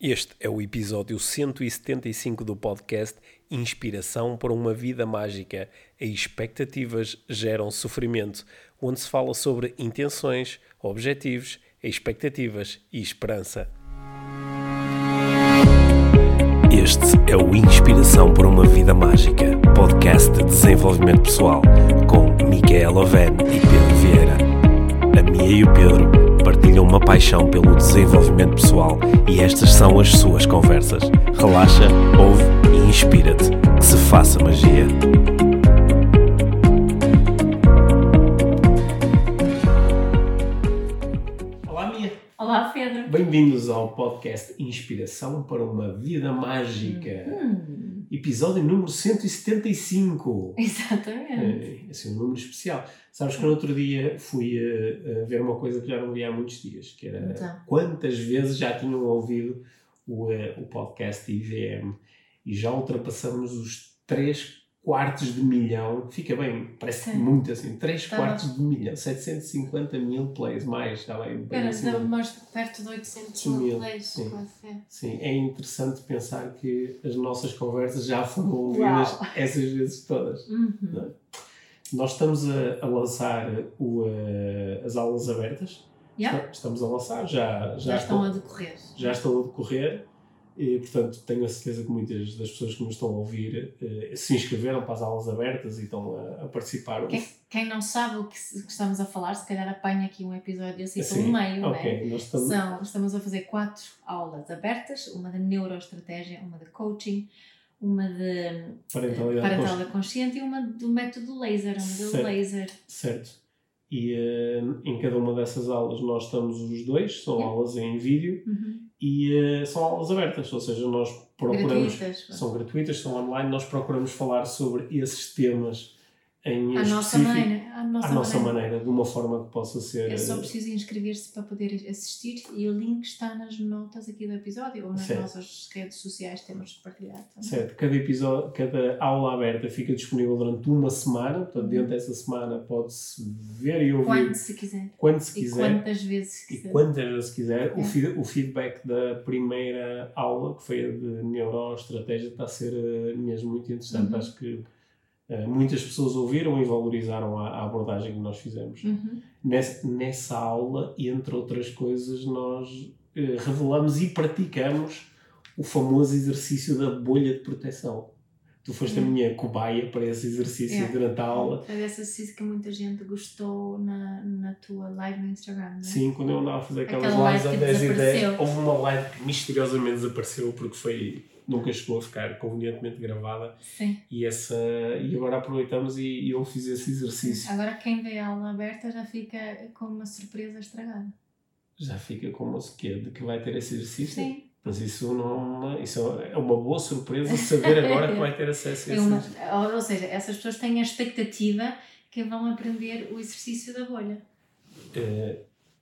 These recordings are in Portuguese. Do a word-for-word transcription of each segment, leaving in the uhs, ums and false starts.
Este é o episódio cento e setenta e cinco do podcast Inspiração para uma Vida Mágica. As expectativas geram sofrimento, onde se fala sobre intenções, objetivos, expectativas e esperança. Este é o Inspiração para uma Vida Mágica, podcast de desenvolvimento pessoal, com Micaela Oven e Pedro Vieira. A Mia e o Pedro partilham uma paixão pelo desenvolvimento pessoal e estas são as suas conversas. Relaxa, ouve e inspira-te. Que se faça magia. Olá, Mia. Olá, Pedro. Bem-vindos ao podcast Inspiração para uma Vida Mágica. Hum. Episódio número cento e setenta e cinco. Exatamente. É, assim, um número especial. Sabes que no outro dia fui a, a ver uma coisa que já não vi há muitos dias, que era Então. quantas vezes já tinham ouvido o, o podcast I V M e já ultrapassamos os três quartos de milhão. Fica bem, parece Sim. muito assim, três Tá quartos de milhão, setecentos e cinquenta mil plays, mais, está bem, bem Era, acima. estava mais perto de oitocentos Mil, mil plays. sim. Quase, é. Sim, é interessante pensar que as nossas conversas já foram ouvidas Uau. essas vezes todas. Uhum. Nós estamos a, a lançar o, uh, as aulas abertas. Yeah? Estamos a lançar, já, já, Já estão a decorrer. já estão a decorrer e, portanto, tenho a certeza que muitas das pessoas que nos estão a ouvir uh, se inscreveram para as aulas abertas e estão a, a participar. Quem, quem não sabe o que, se- que estamos a falar, se calhar apanha aqui um episódio assim Sim, pelo meio, ok, né? nós estamos... São, estamos a fazer quatro aulas abertas, uma de neuroestratégia, uma de coaching, uma de Parentalidade parentalidade consciente e uma do método laser, uma do Certo. laser. Certo. E uh, em cada uma dessas aulas nós estamos os dois, são Yeah. aulas em vídeo Uhum. e uh, são aulas abertas, ou seja, nós procuramos... Gratuitas. São gratuitas, são online, nós procuramos falar sobre esses temas em À nossa específico, maneira. À nossa, à nossa maneira. maneira, de uma forma que possa ser... É só eh, preciso inscrever-se para poder assistir e o link está nas notas aqui do episódio ou nas Certo. nossas redes sociais, temos partilhado também. Certo, cada episódio, cada aula aberta fica disponível durante uma semana, portanto Uhum. dentro dessa semana pode-se ver e ouvir Quando se quiser. quando se E quiser quantas vezes e quiser. quantas vezes quiser. O, É. feed- o feedback da primeira aula, que foi a de neuroestratégia, está a ser eh, mesmo muito interessante. Uhum. Acho que eh, muitas pessoas ouviram e valorizaram a, a abordagem que nós fizemos. Uhum. Nessa, nessa aula, e entre outras coisas, nós eh, revelamos e praticamos o famoso exercício da bolha de proteção. Tu foste a Yeah. minha cobaia para esse exercício Yeah. durante a aula. Foi esse exercício que muita gente gostou na, na tua live no Instagram, não é? Sim, quando eu andava a fazer aquelas Aquela lives live a que dez e dez, desapareceu. houve uma live que misteriosamente desapareceu porque foi, nunca chegou a ficar convenientemente gravada. Sim. E, essa, e agora aproveitamos e, e eu fiz esse exercício. Agora quem vê a aula aberta já fica com uma surpresa estragada. Já fica como se quê? De que vai ter esse exercício? Sim. Mas isso, não, isso é uma boa surpresa saber agora que vai ter acesso a É esse uma, exercício. ou, ou seja, essas pessoas têm a expectativa que vão aprender o exercício da bolha. Eh,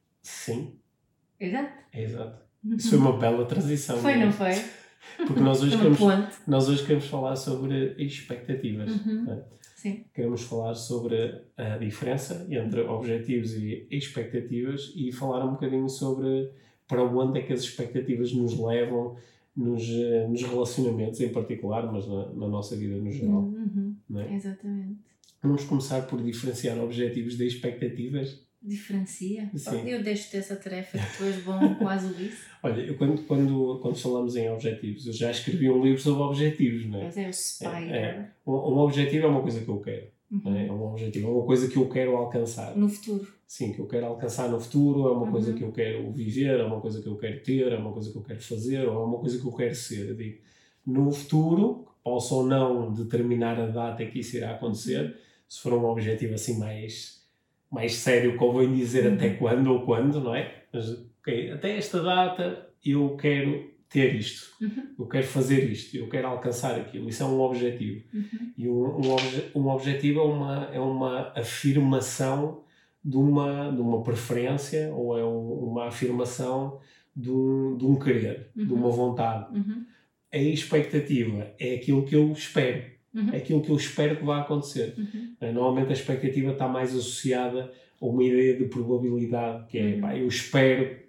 sim, Exato. é exato. Isso foi uma bela transição. Foi, né? não foi? Porque nós hoje, Foi um queremos, ponto. nós hoje queremos falar sobre expectativas. Uhum. né? Sim. Queremos falar sobre a diferença entre objetivos e expectativas e falar um bocadinho sobre para onde é que as expectativas nos levam nos, eh, nos relacionamentos em particular, mas na, na nossa vida no geral. Uhum. Não é? Exatamente. Vamos começar por diferenciar objetivos de expectativas. Diferencia. Sim. Eu deixo-te essa tarefa que tu és bom com a Ulisses. Olha, eu quando, quando, quando falamos em objetivos, eu já escrevi um livro sobre objetivos, não é? Mas é o Spider. É, Um, um objetivo é uma coisa que eu quero, não é? É Uhum. um objetivo, é uma coisa que eu quero alcançar. No futuro. Sim, que eu quero alcançar no futuro, é uma Uhum. coisa que eu quero viver, é uma coisa que eu quero ter, é uma coisa que eu quero fazer, ou é uma coisa que eu quero ser. Eu digo, no futuro, posso ou não determinar a data em que isso irá acontecer, se for um objetivo assim mais, mais sério, convém dizer Uhum. até quando ou quando, não é? Mas, ok, até esta data eu quero ter isto, Uhum. eu quero fazer isto, eu quero alcançar aquilo. Isso é um objetivo. Uhum. E um, um, obje, um objetivo é uma, é uma afirmação de uma, de uma preferência ou é um, uma afirmação de um, de um querer, Uhum. de uma vontade. Uhum. A expectativa é aquilo que eu espero, Uhum. é aquilo que eu espero que vá acontecer. Uhum. Normalmente a expectativa está mais associada a uma ideia de probabilidade, que é, Uhum. pá, eu espero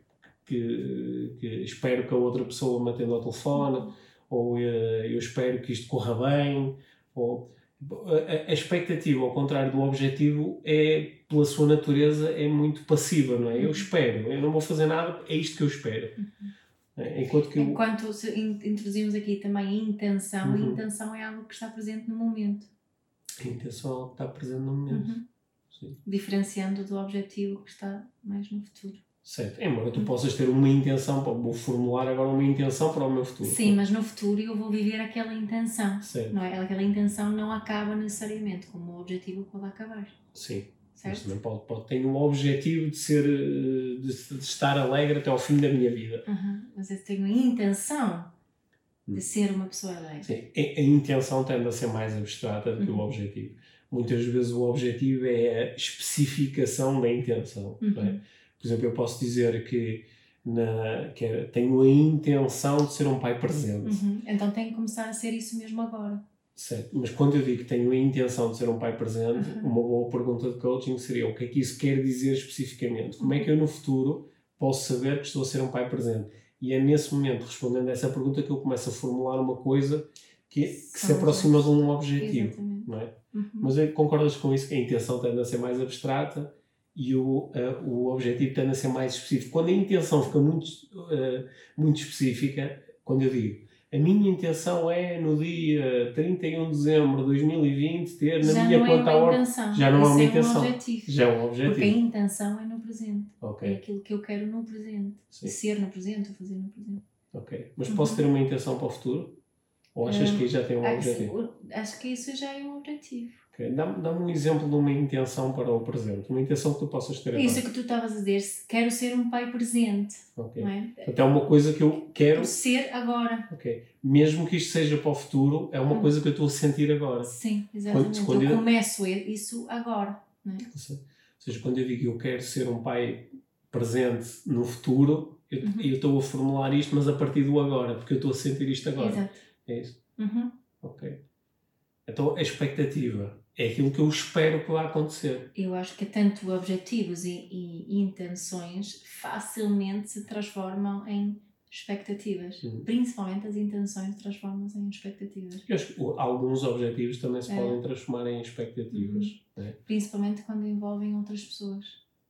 que, que espero que a outra pessoa me atenda ao telefone, ou eu, eu espero que isto corra bem, ou... A, a expectativa, ao contrário do objetivo, é, pela sua natureza, é muito passiva, não é? Eu espero, eu não vou fazer nada, é isto que eu espero. Uhum. Enquanto que eu... Enquanto introduzimos aqui também a intenção, uhum. a intenção é algo que está presente no momento. A intenção é algo que está presente no momento. Uhum. Sim. Diferenciando do objetivo que está mais no futuro. Certo. Embora tu possas ter uma intenção, vou formular agora uma intenção para o meu futuro. Sim, mas no futuro eu vou viver aquela intenção. Certo. Não é? Aquela intenção não acaba necessariamente, como o objetivo pode acabar. Sim. Certo? Mas também pode, pode ter um objetivo de, ser, de, de estar alegre até ao fim da minha vida. Uhum. Mas eu tenho a intenção de ser uma pessoa alegre. Sim. A, a intenção tende a ser mais abstrata do que uhum. o objetivo. Muitas vezes o objetivo é a especificação da intenção. Uhum. Não é? Por exemplo, eu posso dizer que, na, que é, tenho a intenção de ser um pai presente. Uhum. Então tem que começar a ser isso mesmo agora. Certo. Mas quando eu digo que tenho a intenção de ser um pai presente, uhum. uma boa pergunta de coaching seria o que é que isso quer dizer especificamente? Como é que eu no futuro posso saber que estou a ser um pai presente? E é nesse momento, respondendo a essa pergunta, que eu começo a formular uma coisa que, que se aproxima de um objetivo. Exatamente. Não é? Uhum. Mas concordas com isso, que a intenção tende a ser mais abstrata e o, uh, o objetivo tende a ser mais específico. Quando a intenção fica muito, uh, muito específica, quando eu digo a minha intenção é no dia trinta e um de dezembro de dois mil e vinte ter na já minha não conta é a uma ordem. intenção. Já não é uma é intenção. Um objetivo. Já é um objetivo. Porque a intenção é no presente. Okay. É aquilo que eu quero no presente. Sim. Ser no presente ou fazer no presente. Ok. Mas uhum. posso ter uma intenção para o futuro? Ou achas um, que aí já tem um acho, objetivo? Acho que isso já é um objetivo. Okay. Dá-me, dá-me um exemplo de uma intenção para o presente. Uma intenção que tu possas ter agora. Isso que tu estavas a dizer. Quero ser um pai presente. Okay. Não é? Até uma coisa que eu quero... Por ser agora. Ok. Mesmo que isto seja para o futuro, é uma hum. coisa que eu estou a sentir agora. Sim, exatamente. Quando, quando eu, eu começo isso agora. Não é? Ou seja, quando eu digo que eu quero ser um pai presente no futuro, eu, uhum. eu estou a formular isto, mas a partir do agora, porque eu estou a sentir isto agora. Exato. É isso? Uhum. Ok. Então, a expectativa é aquilo que eu espero que vá acontecer. Eu acho que tanto objetivos e, e intenções facilmente se transformam em expectativas. Uhum. Principalmente as intenções transformam-se em expectativas. Eu acho que alguns objetivos também se é. podem transformar em expectativas. Uhum. É? Principalmente quando envolvem outras pessoas.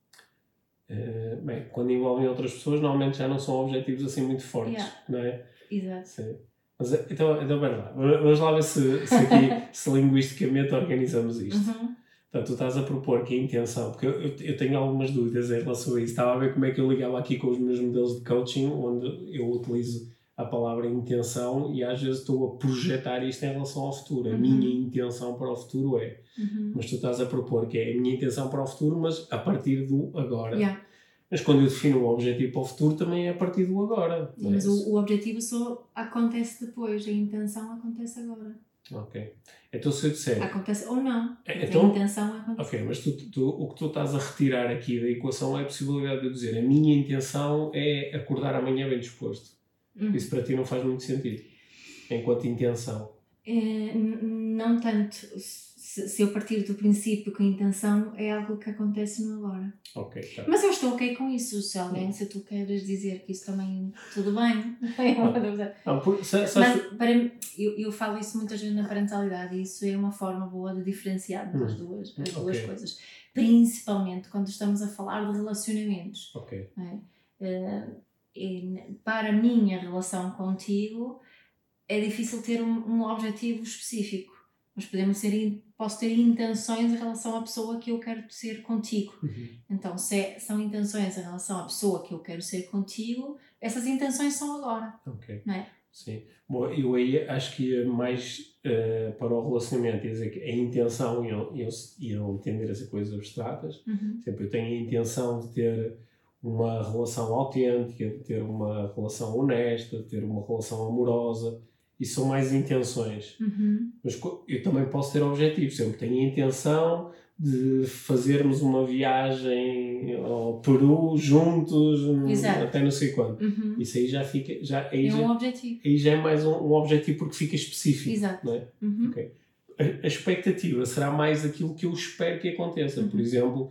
Uh, bem, quando envolvem outras pessoas, normalmente já não são objetivos assim muito fortes, yeah. não é? Exato. Sim. Mas, então, então, bem lá. Vamos lá ver se, se aqui, se linguisticamente organizamos isto. Uhum. Portanto, tu estás a propor que a intenção, porque eu, eu, eu tenho algumas dúvidas em relação a isso. Estava a ver como é que eu ligava aqui com os meus modelos de coaching, onde eu utilizo a palavra intenção e às vezes estou a projetar isto em relação ao futuro. Uhum. A minha intenção para o futuro é. Uhum. Mas tu estás a propor que é a minha intenção para o futuro, mas a partir do agora. Yeah. Mas quando eu defino o objetivo para o futuro, também é a partir do agora. Mas é o, o objetivo só acontece depois, a intenção acontece agora. Ok. Então se eu disser... Acontece ou não, então, a intenção acontece. Ok, mas tu, tu, o que tu estás a retirar aqui da equação é a possibilidade de eu dizer a minha intenção é acordar amanhã bem disposto. Uhum. Isso para ti não faz muito sentido, enquanto intenção. É, não tanto. Se, se eu partir do princípio que a intenção é algo que acontece no agora. Ok, tá. Mas eu estou ok com isso, se alguém, se tu queres dizer que isso também, tudo bem. Não, por, se, se Mas para mim, eu, eu falo isso muitas vezes na parentalidade e isso é uma forma boa de diferenciarmos hum. as duas, as duas okay. coisas. Principalmente quando estamos a falar de relacionamentos. Ok. É? Uh, e para a minha relação contigo é difícil ter um, um objetivo específico. Mas podemos ter, posso ter intenções em relação à pessoa que eu quero ser contigo. Uhum. Então, se é, são intenções em relação à pessoa que eu quero ser contigo, essas intenções são agora. Ok. Não é? Sim. Bom, eu aí acho que ia mais uh, para o relacionamento, ia dizer que a intenção iam, iam tender a ser coisas abstratas. Uhum. Sempre eu tenho a intenção de ter uma relação autêntica, de ter uma relação honesta, de ter uma relação amorosa. Isso são mais intenções. Uhum. Mas eu também posso ter objetivos. Sempre tenho a intenção de fazermos uma viagem ao Peru juntos, Exato. até não sei quando. Uhum. Isso aí já fica... Já, aí é já, um objetivo. Aí já é mais um, um objetivo porque fica específico. Exato. Não é? Uhum. Okay. A, a expectativa será mais aquilo que eu espero que aconteça. Uhum. Por exemplo,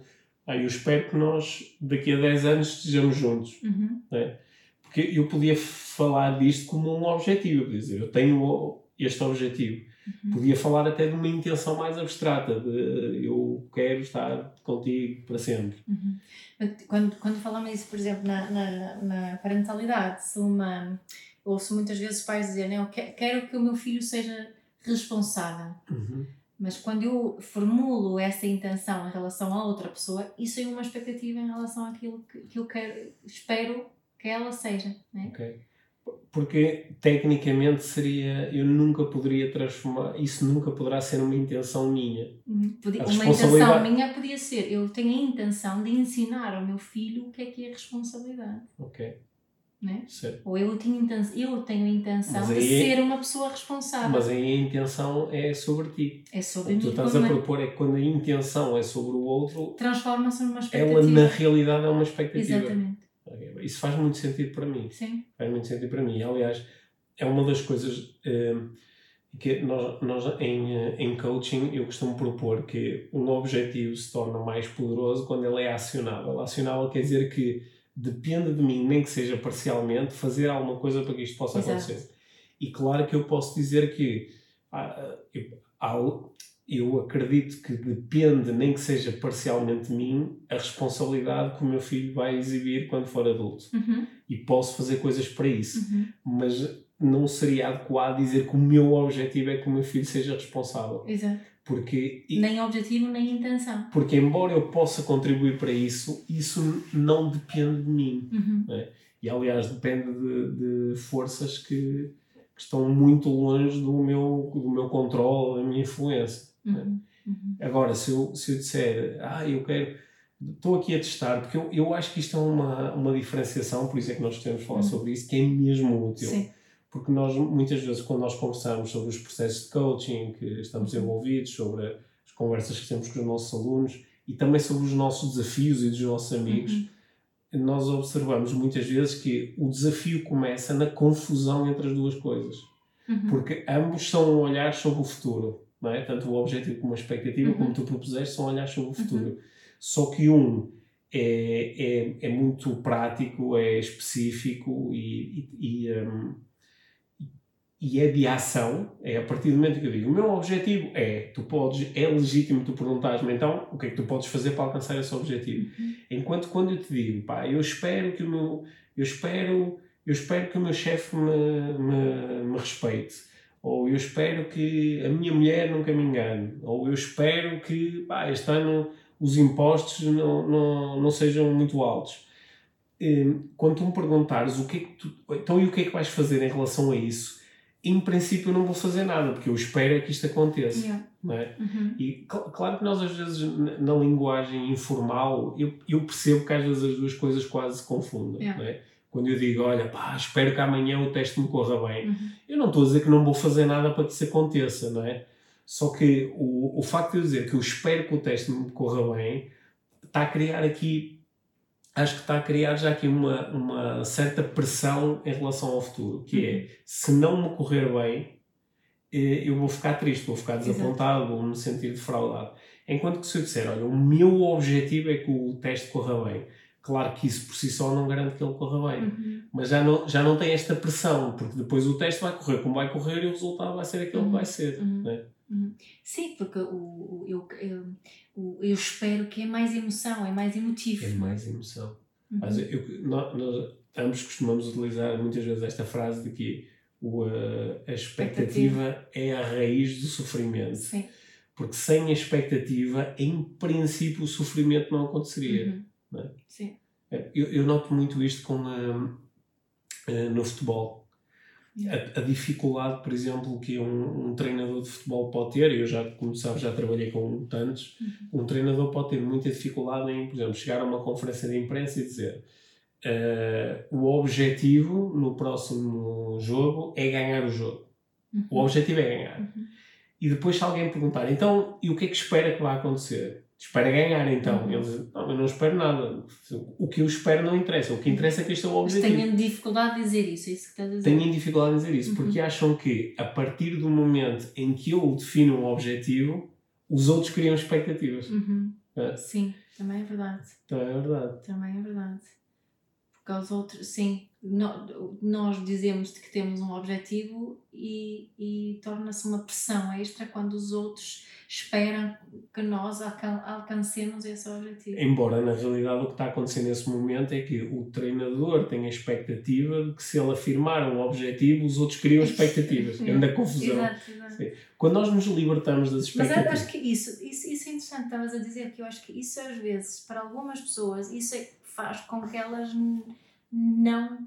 ah, eu espero que nós daqui a dez anos estejamos juntos. Uhum. Né? Porque eu podia falar disto como um objetivo, eu podia dizer, eu tenho este objetivo. Uhum. Podia falar até de uma intenção mais abstrata, de eu quero estar contigo para sempre. Uhum. Quando, quando falamos isso, por exemplo, na, na, na parentalidade, se uma, ouço muitas vezes pais dizerem, eu quero que o meu filho seja responsável. Uhum. Mas quando eu formulo essa intenção em relação a outra pessoa, isso é uma expectativa em relação àquilo que, que eu quero, espero que ela seja. Né? Okay. Porque tecnicamente seria, eu nunca poderia transformar, isso nunca poderá ser uma intenção minha. Uhum. Podia, A uma responsabilidade... intenção minha podia ser, eu tenho a intenção de ensinar ao meu filho o que é que é responsabilidade. Ok. Né? Certo. Ou eu tenho, intenção, eu tenho a intenção aí, de ser uma pessoa responsável. Mas aí a intenção é sobre ti. É sobre o que mim. tu estás a propor é que quando a intenção é sobre o outro, transforma-se numa expectativa. Ela na realidade é uma expectativa. Exatamente. Okay. Isso faz muito sentido para mim. Sim. Faz muito sentido para mim. Aliás, é uma das coisas uh, que nós, nós em, uh, em coaching eu costumo propor que um objetivo se torna mais poderoso quando ele é acionável. Acionável quer dizer que depende de mim, nem que seja parcialmente, fazer alguma coisa para que isto possa Exato. acontecer. E claro que eu posso dizer que ah, eu, eu acredito que depende, nem que seja parcialmente de mim, a responsabilidade que o meu filho vai exibir quando for adulto. Uhum. E posso fazer coisas para isso. Uhum. Mas não seria adequado dizer que o meu objetivo é que o meu filho seja responsável. Exato. Porque, nem objetivo, nem intenção. Porque embora eu possa contribuir para isso, isso não depende de mim. Uhum. Né? E aliás depende de, de forças que, que estão muito longe do meu, do meu controle, da minha influência. Uhum. Né? Uhum. Agora, se eu, se eu disser, ah, eu quero, estou aqui a testar, porque eu, eu acho que isto é uma, uma diferenciação, por isso é que nós temos de falar uhum. sobre isso, que é mesmo útil. Sim. Porque nós, muitas vezes, quando nós conversamos sobre os processos de coaching que estamos envolvidos, sobre as conversas que temos com os nossos alunos e também sobre os nossos desafios e dos nossos amigos, uhum. nós observamos muitas vezes que o desafio começa na confusão entre as duas coisas. Uhum. Porque ambos são um olhar sobre o futuro. Não é? Tanto o objetivo como a expectativa, uhum. como tu propuseste, são olhares sobre o futuro. Uhum. Só que um é, é, é muito prático, é específico e... e, e um, e é de ação, é a partir do momento que eu digo, o meu objetivo é, tu podes, é legítimo tu perguntares-me então, o que é que tu podes fazer para alcançar esse objetivo? Uhum. Enquanto quando eu te digo, pá, eu espero que o meu, eu espero, eu espero que o meu chefe me, me, me respeite, ou eu espero que a minha mulher nunca me engane, ou eu espero que, pá, este ano os impostos não, não, não sejam muito altos. Quando tu me perguntares o que é que tu, então e o que é que vais fazer em relação a isso? Em princípio eu não vou fazer nada, porque eu espero é que isto aconteça. Yeah. Não é? Uhum. E cl- claro que nós às vezes na, na linguagem informal, eu, eu percebo que às vezes as duas coisas quase se confundem. Yeah. Não é? Quando eu digo, olha, pá, espero que amanhã o teste me corra bem. Uhum. Eu não estou a dizer que não vou fazer nada para que isso aconteça, não é? Só que o, o facto de eu dizer que eu espero que o teste me corra bem, está a criar aqui... Acho que está a criar já aqui uma, uma certa pressão em relação ao futuro, que é, se não me correr bem, eu vou ficar triste, vou ficar desapontado, Exato. Vou me sentir defraudado. Enquanto que se eu disser, olha, o meu objetivo é que o teste corra bem, claro que isso por si só não garante que ele corra bem, uhum. mas já não, já não tem esta pressão, porque depois o teste vai correr como vai correr e o resultado vai ser aquele uhum. que vai ser. Uhum. Não é? Uhum. Sim, porque o, o, eu, eu, o, eu espero que é mais emoção, é mais emotivo. É mais emoção. Uhum. Mas eu, nós, nós ambos costumamos utilizar muitas vezes esta frase de que o, a, a expectativa é a raiz do sofrimento. Sim. Porque sem a expectativa, em princípio, o sofrimento não aconteceria. Uhum. Não é? Sim. Eu, eu noto muito isto com a, a, no futebol. A, a dificuldade, por exemplo, que um, um treinador de futebol pode ter, eu já, como sabes, já trabalhei com tantos, uhum. um treinador pode ter muita dificuldade em, por exemplo, chegar a uma conferência de imprensa e dizer uh, o objetivo no próximo jogo é ganhar o jogo. Uhum. O objetivo é ganhar. Uhum. E depois se alguém perguntar, então, e o que é que espera que vai acontecer? Espera ganhar, então. Uhum. Ele diz, não, eu não espero nada. O que eu espero não interessa. O que interessa é que este é o objetivo. Mas têm dificuldade de dizer isso, é isso que estás a dizer? Têm dificuldade de dizer isso, uhum. porque acham que, a partir do momento em que eu defino um objetivo, os outros criam expectativas. Uhum. É? Sim. Também é verdade. Também é verdade. Também é verdade. Porque aos outros, sim, no, nós dizemos que temos um objetivo e, e torna-se uma pressão extra quando os outros esperam que nós alcan- alcancemos esse objetivo. Embora, na realidade, o que está acontecendo nesse momento é que o treinador tem a expectativa de que se ele afirmar um objetivo, os outros criam expectativas. É uma confusão. Exato, exato. Sim. Quando nós nos libertamos das expectativas... Mas acho que isso, isso, isso é interessante, estavas a dizer, que eu acho que isso às vezes, para algumas pessoas, isso é que faz com que elas n- não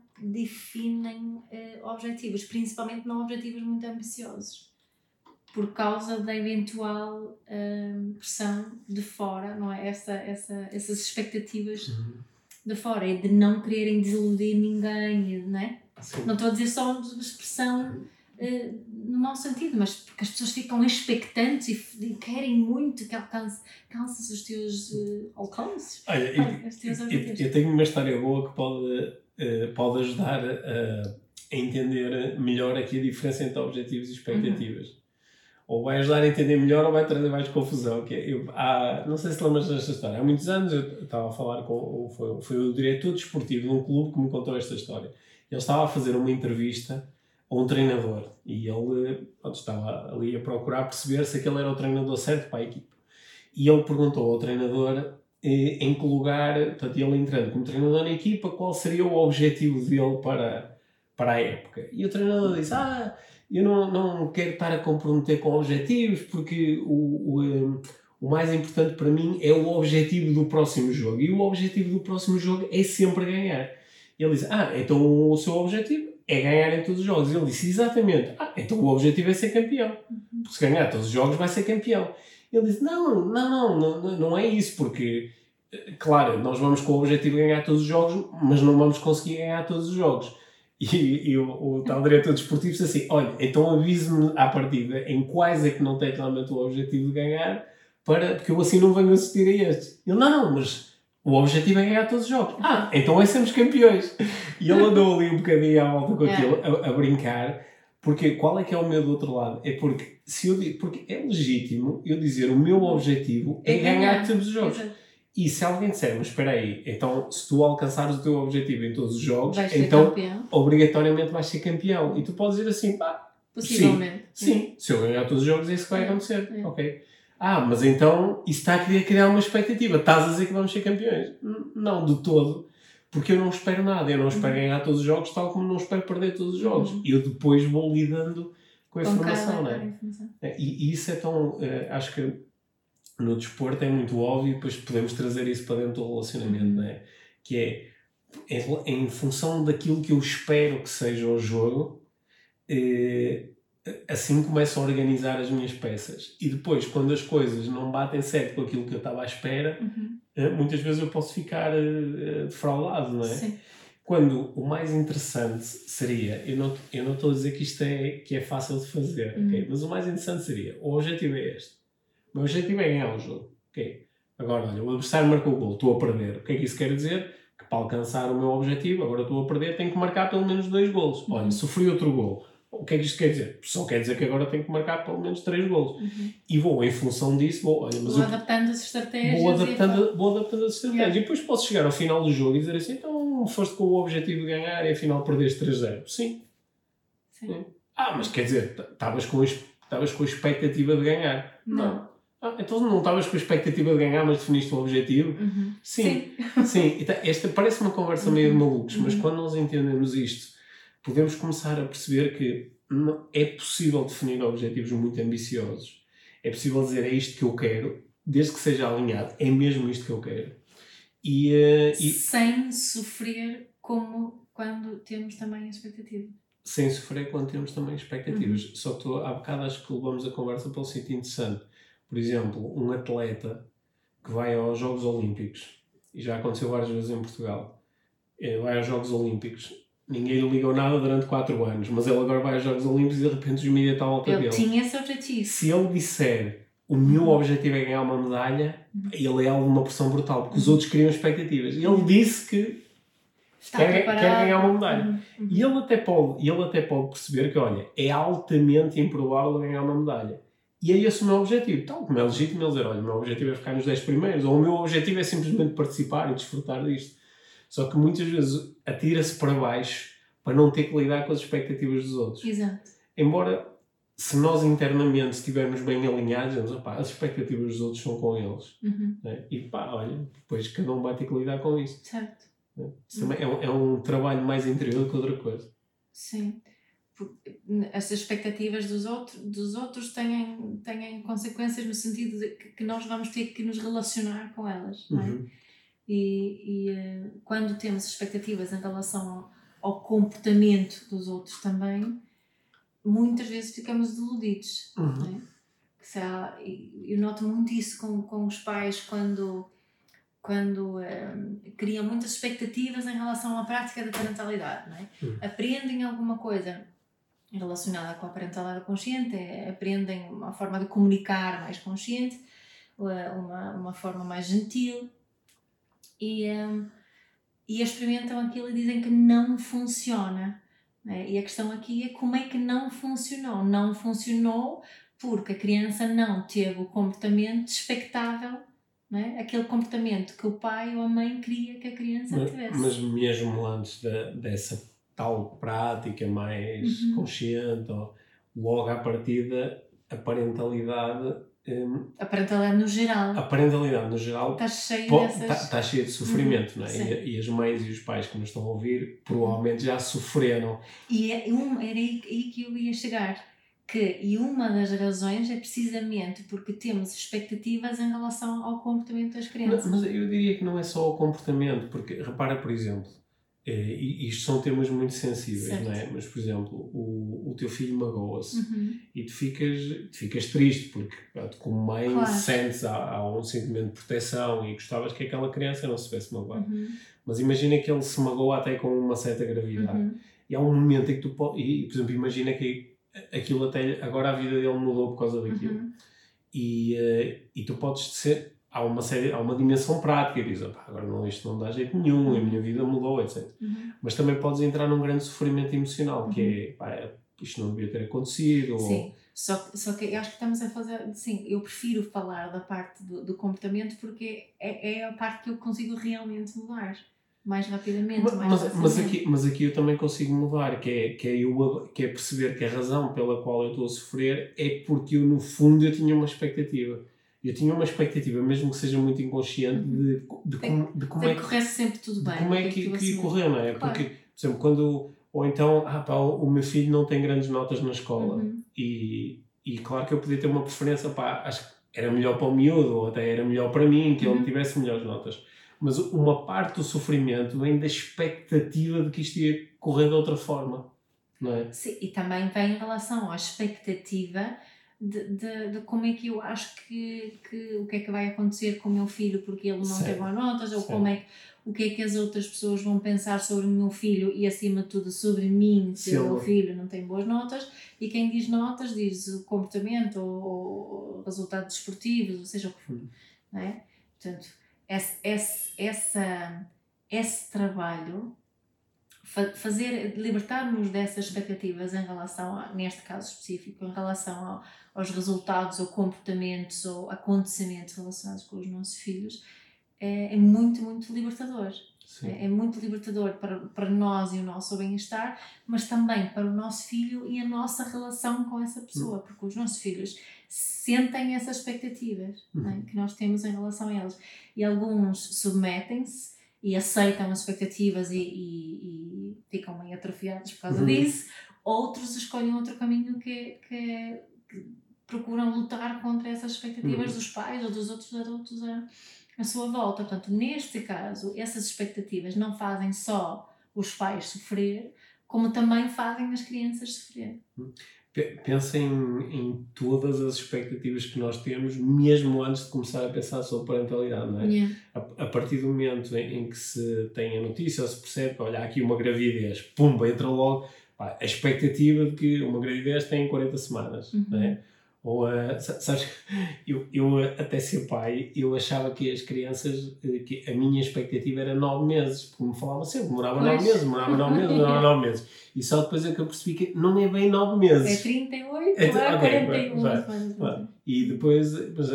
definem eh, objetivos, principalmente não objetivos muito ambiciosos, por causa da eventual hum, pressão de fora, não é? Essa, essa, essas expectativas Uhum. de fora e de não quererem desiludir ninguém, não é? Sim. Não estou a dizer só de expressão uh, no mau sentido, mas porque as pessoas ficam expectantes e, f- e querem muito que alcance, alcances os teus uh, alcances. Olha, Ah, eu, os teus eu, objetivos. eu tenho uma história boa que pode, uh, pode ajudar a, a entender melhor aqui a diferença entre objetivos e expectativas. Uhum. Ou vai ajudar a entender melhor ou vai trazer mais confusão. Que é, eu, há, não sei se te lembras desta história. Há muitos anos eu estava a falar com... Foi, foi o diretor desportivo de um clube que me contou esta história. Ele estava a fazer uma entrevista a um treinador e ele pronto, estava ali a procurar perceber se aquele era o treinador certo para a equipa. E ele perguntou ao treinador eh, em que lugar, portanto, ele entrando como treinador na equipa, qual seria o objetivo dele para, para a época. E o treinador disse, ah... eu não, não quero estar a comprometer com objetivos porque o, o, o mais importante para mim é o objetivo do próximo jogo. E o objetivo do próximo jogo é sempre ganhar. E ele disse, ah, então o seu objetivo é ganhar em todos os jogos. E ele disse, exatamente, ah, então o objetivo é ser campeão. Porque se ganhar todos os jogos vai ser campeão. E ele disse, não, não, não, não, não é isso, porque, claro, nós vamos com o objetivo de ganhar todos os jogos, mas não vamos conseguir ganhar todos os jogos. E, e o, o tal diretor desportivo disse assim, olha, então avise-me à partida em quais é que não tem realmente o objetivo de ganhar, para, porque eu assim não venho assistir a estes. Ele, não, não, mas o objetivo é ganhar todos os jogos. Ah, então é sermos campeões. E ele andou ali um bocadinho à volta com aquilo, a, a brincar, porque qual é que é o meu do outro lado? É porque, se eu, porque é legítimo eu dizer o meu objetivo é ganhar todos os jogos. Exato. E se alguém disser, mas espera aí, então se tu alcançares o teu objetivo em todos os jogos, então campeão. Obrigatoriamente vais ser campeão. E tu podes dizer assim, pá, possivelmente. Sim, sim, se eu ganhar todos os jogos é isso que vai acontecer. É. Ok. Ah, mas então isso está a querer criar uma expectativa. Estás a dizer que vamos ser campeões? Não, de todo. Porque eu não espero nada. Eu não espero uhum. ganhar todos os jogos, tal como não espero perder todos os jogos. Uhum. Eu depois vou lidando com a com informação, não é? Informação. E, e isso é tão... Uh, acho que no desporto é muito óbvio, e depois podemos trazer isso para dentro do relacionamento, uhum. não é? Que é, em, em função daquilo que eu espero que seja o jogo, eh, assim começo a organizar as minhas peças. E depois, quando as coisas não batem certo com aquilo que eu estava à espera, uhum. eh, muitas vezes eu posso ficar eh, defraudado, não é? Sim. Quando o mais interessante seria, eu não, eu não estou a dizer que isto é, que é fácil de fazer, uhum. okay? Mas o mais interessante seria, o objetivo é este. O meu objetivo é ganhar o jogo. Okay. Agora, olha, o adversário marcou o gol, estou a perder. O que é que isso quer dizer? Que para alcançar o meu objetivo, agora estou a perder, tenho que marcar pelo menos dois golos. Uhum. Olha, sofri outro gol. O que é que isto quer dizer? Só quer dizer que agora tenho que marcar pelo menos três golos. Uhum. E vou, em função disso, vou, olha, mas vou eu, adaptando as estratégias. Vou adaptando, e... vou adaptando as estratégias. Yeah. E depois posso chegar ao final do jogo e dizer assim, então foste com o objetivo de ganhar e afinal perdeste três a zero. Sim. Sim. Sim. Ah, mas quer dizer, estavas com, com a expectativa de ganhar. Não. não. Ah, então não estavas com a expectativa de ganhar, mas definiste o objetivo? Uhum. Sim. Sim. Sim. Então, esta parece uma conversa meio de malucos, uhum. mas quando nós entendemos isto, podemos começar a perceber que não, é possível definir objetivos muito ambiciosos. É possível dizer, é isto que eu quero, desde que seja alinhado, é mesmo isto que eu quero. E, uh, e... Sem sofrer como quando temos também a expectativa. Sem sofrer quando temos também expectativas. Uhum. Só que há bocado acho que levamos a conversa para um sítio interessante. Por exemplo, um atleta que vai aos Jogos Olímpicos, e já aconteceu várias vezes em Portugal, vai aos Jogos Olímpicos, ninguém lhe ligou nada durante quatro anos, mas ele agora vai aos Jogos Olímpicos e de repente os mídias estão à volta dele. Ele tinha esse objetivo. Se ele disser, o meu uhum. objetivo é ganhar uma medalha, uhum. ele é alguma pressão brutal, porque os outros criam expectativas. E ele disse que quer, quer ganhar uma medalha. Uhum. E ele até, pode, ele até pode perceber que, olha, é altamente improvável ganhar uma medalha. E é esse o meu objetivo. Tal como é legítimo ele dizer, olha, o meu objetivo é ficar nos dez primeiros, ou o meu objetivo é simplesmente participar e desfrutar disto. Só que muitas vezes atira-se para baixo para não ter que lidar com as expectativas dos outros. Exato. Embora, se nós internamente estivermos bem alinhados, dizemos, opá, as expectativas dos outros são com eles. Uhum. Né? E pá, olha, depois cada um vai ter que lidar com isso. Certo. Né? Isso também é um, é um trabalho mais interior do que outra coisa. Sim. Porque as expectativas dos outros, dos outros têm, têm consequências no sentido de que nós vamos ter que nos relacionar com elas. Não é? Uhum. E, e quando temos expectativas em relação ao, ao comportamento dos outros também, muitas vezes ficamos deludidos. Uhum. Não é? Se há, eu noto muito isso com, com os pais quando, quando um, criam muitas expectativas em relação à prática da parentalidade. Não é? Uhum. Aprendem alguma coisa relacionada com a parentalidade consciente, aprendem uma forma de comunicar mais consciente, uma, uma forma mais gentil, e, um, e experimentam aquilo e dizem que não funciona. Né? E a questão aqui é como é que não funcionou. Não funcionou porque a criança não teve o comportamento expectável, né? Aquele comportamento que o pai ou a mãe queria que a criança mas, tivesse. Mas mesmo antes de, dessa tal prática mais uhum. consciente, ou logo à partida, a parentalidade... Um, a parentalidade no geral. A parentalidade no geral está cheia, po- dessas... tá, tá cheia de sofrimento, uhum. não é? E, e as mães e os pais que nos estão a ouvir provavelmente já sofreram. E é um, era aí, aí que eu ia chegar. Que, e uma das razões é precisamente porque temos expectativas em relação ao comportamento das crianças. Mas, mas eu diria que não é só o comportamento, porque repara, por exemplo, e isto são temas muito sensíveis, certo. Não é? Mas, por exemplo, o, o teu filho magoa-se uhum. e tu ficas, tu ficas triste porque, como mãe, claro. sentes, há, há um sentimento de proteção e gostavas que aquela criança não se tivesse magoado. Uhum. Mas imagina que ele se magoa até com uma certa gravidade. Uhum. E há um momento em que tu podes... E, por exemplo, imagina que aquilo até... Agora a vida dele mudou por causa daquilo. Uhum. E, uh, e tu podes ser... Há uma, série, há uma dimensão prática, e dizes, agora não, isto não dá jeito nenhum, uhum. a minha vida mudou, etcétera. Uhum. Mas também podes entrar num grande sofrimento emocional, uhum. que é, pá, isto não devia ter acontecido. Sim, ou... só, só que eu acho que estamos a fazer, sim, eu prefiro falar da parte do, do comportamento porque é, é a parte que eu consigo realmente mudar. Mais rapidamente, mas, mais mas, mas, aqui, mas aqui eu também consigo mudar, que é, que, é eu, que é perceber que a razão pela qual eu estou a sofrer é porque eu, no fundo, eu tinha uma expectativa. Eu tinha uma expectativa, mesmo que seja muito inconsciente, de, de, como, de como é que... corresse sempre tudo bem. Como é que, que, que ia correr, não é? Claro. Porque, por exemplo, quando... Ou então, ah pá, o meu filho não tem grandes notas na escola. Uhum. E, e claro que eu podia ter uma preferência, pá, acho que era melhor para o miúdo, ou até era melhor para mim, que uhum. ele tivesse melhores notas. Mas uma parte do sofrimento vem da expectativa de que isto ia correr de outra forma, não é? Sim, e também vem em relação à expectativa de, de, de como é que eu acho que, que o que é que vai acontecer com o meu filho porque ele não certo. Tem boas notas, ou como é, o que é que as outras pessoas vão pensar sobre o meu filho e acima de tudo sobre mim se Sim. o meu filho não tem boas notas. E quem diz notas diz o comportamento ou, ou resultados desportivos, ou seja o que for, hum. não é? Portanto, esse, esse, essa, esse trabalho, fazer, libertar-nos dessas expectativas em relação, a, neste caso específico, em relação ao, aos resultados ou comportamentos ou acontecimentos relacionados com os nossos filhos, é, é muito, muito libertador. É, é muito libertador para, para nós e o nosso bem-estar, mas também para o nosso filho e a nossa relação com essa pessoa, porque os nossos filhos sentem essas expectativas uhum. não é, que nós temos em relação a eles. E alguns submetem-se e aceitam as expectativas e, e, e ficam meio atrofiados por causa uhum. disso. Outros escolhem outro caminho que, que, que procuram lutar contra essas expectativas uhum. dos pais ou dos outros adultos a, a sua volta. Portanto, neste caso, essas expectativas não fazem só os pais sofrer, como também fazem as crianças sofrer. Pensa em, em todas as expectativas que nós temos, mesmo antes de começar a pensar sobre parentalidade, não é? Yeah. A, a partir do momento em, em que se tem a notícia ou se percebe, olha, há aqui uma gravidez, pumba, entra logo pá, a expectativa de que uma gravidez tem quarenta semanas, uhum. não é? Ou, uh, sabes, eu, eu até ser pai, eu achava que as crianças, que a minha expectativa era nove meses, porque me falava sempre, demorava nove meses, demorava nove meses, demorava nove meses. E só depois é que eu percebi que não é bem nove meses. É trinta e oito, é, é okay, quarenta e um. vai, vai, vai. E depois,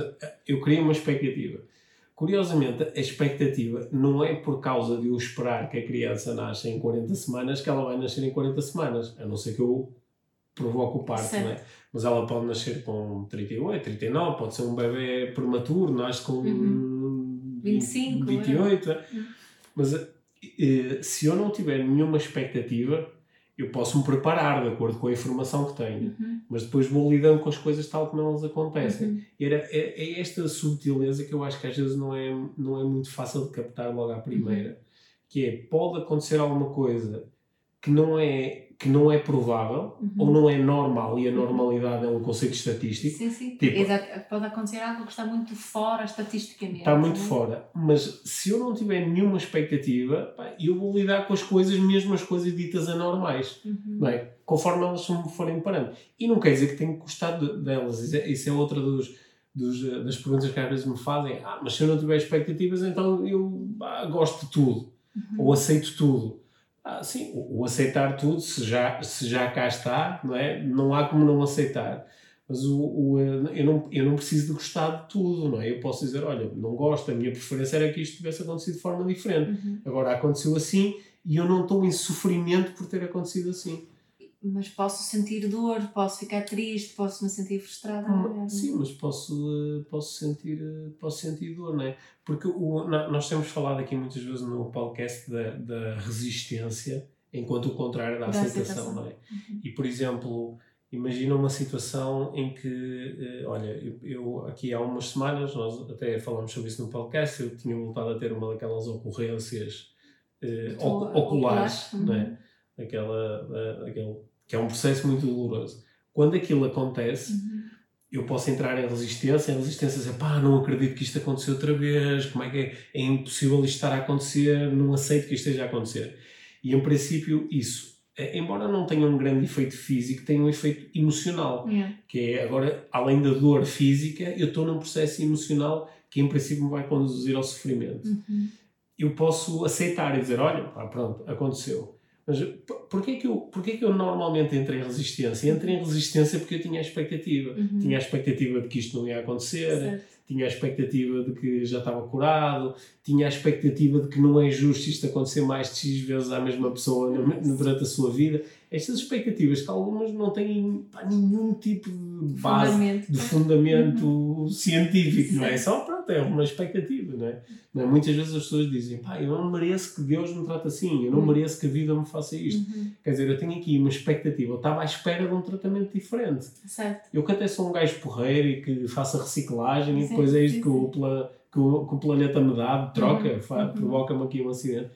eu criei uma expectativa. Curiosamente, a expectativa não é por causa de eu esperar que a criança nasça em quarenta semanas que ela vai nascer em quarenta semanas, a não ser que eu provoque o parto, não é? Mas ela pode nascer com trinta e oito, trinta e nove, pode ser um bebê prematuro, nasce com uhum. vinte e cinco, vinte e oito. É? Mas eh, se eu não tiver nenhuma expectativa, eu posso me preparar de acordo com a informação que tenho, uhum. mas depois vou lidando com as coisas tal como elas acontecem. Uhum. E era, é, é esta subtileza que eu acho que às vezes não é, não é muito fácil de captar logo à primeira, uhum. que é, pode acontecer alguma coisa que não é, que não é provável, uhum. ou não é normal, e a normalidade é um conceito estatístico. Sim, sim. Tipo, exato. Pode acontecer algo que está muito fora estatisticamente. Está muito não? fora. Mas se eu não tiver nenhuma expectativa, pá, eu vou lidar com as coisas, mesmo as coisas ditas anormais, uhum. não é? Conforme elas me forem parando. E não quer dizer que tenho que gostar de, delas. Isso é, isso é outra dos, dos, das perguntas que às vezes me fazem. Ah, mas se eu não tiver expectativas, então eu ah, gosto de tudo. Uhum. Ou aceito tudo. Ah, sim, o aceitar tudo, se já, se já cá está, não é? Não há como não aceitar. Mas o, o, eu, não, eu não preciso de gostar de tudo, não é? Eu posso dizer, olha, não gosto, a minha preferência era que isto tivesse acontecido de forma diferente. Uhum. Agora aconteceu assim e eu não estou em sofrimento por ter acontecido assim. Mas posso sentir dor, posso ficar triste, posso me sentir frustrada. Hum, sim, mas posso, posso, sentir, posso sentir dor, não é? Porque o, nós temos falado aqui muitas vezes no podcast da, da resistência, enquanto o contrário da, da aceitação, aceitação, não é? Uhum. E, por exemplo, imagina uma situação em que, olha, eu, eu aqui há umas semanas, nós até falamos sobre isso no podcast, eu tinha voltado a ter uma daquelas ocorrências eh, oculares, oculares, não é? Aquela, uh, aquele, que é um processo muito doloroso. Quando aquilo acontece, uhum. eu posso entrar em resistência, em resistência dizer, pá, não acredito que isto aconteceu outra vez, como é que é? É impossível isto estar a acontecer, não aceito que isto esteja a acontecer. E, em princípio, isso, embora não tenha um grande efeito físico, tem um efeito emocional, yeah. que é, agora, além da dor física, eu estou num processo emocional que, em princípio, me vai conduzir ao sofrimento. Uhum. Eu posso aceitar e dizer, olha, pá, pronto, aconteceu. Mas porquê que, eu, porquê que eu normalmente entro em resistência? Entrei em resistência porque eu tinha a expectativa. Uhum. Tinha a expectativa de que isto não ia acontecer, certo. Tinha a expectativa de que já estava curado, tinha a expectativa de que não é justo isto acontecer mais de X vezes à mesma pessoa no, durante a sua vida. Estas expectativas, que algumas não têm pá, nenhum tipo de base, fundamento. de fundamento uhum. científico, não é? Certo. Só, pronto, é uma expectativa, não é? Não é? Muitas vezes as pessoas dizem, pá, eu não mereço que Deus me trate assim, eu não uhum. mereço que a vida me faça isto. Uhum. Quer dizer, eu tenho aqui uma expectativa, eu estava à espera de um tratamento diferente. Certo. Eu que até sou um gajo porreiro e que faça reciclagem sim, e depois é isto sim, que, o, pla, que, o, que o planeta me dá, troca, uhum. faz, uhum. provoca-me aqui um acidente.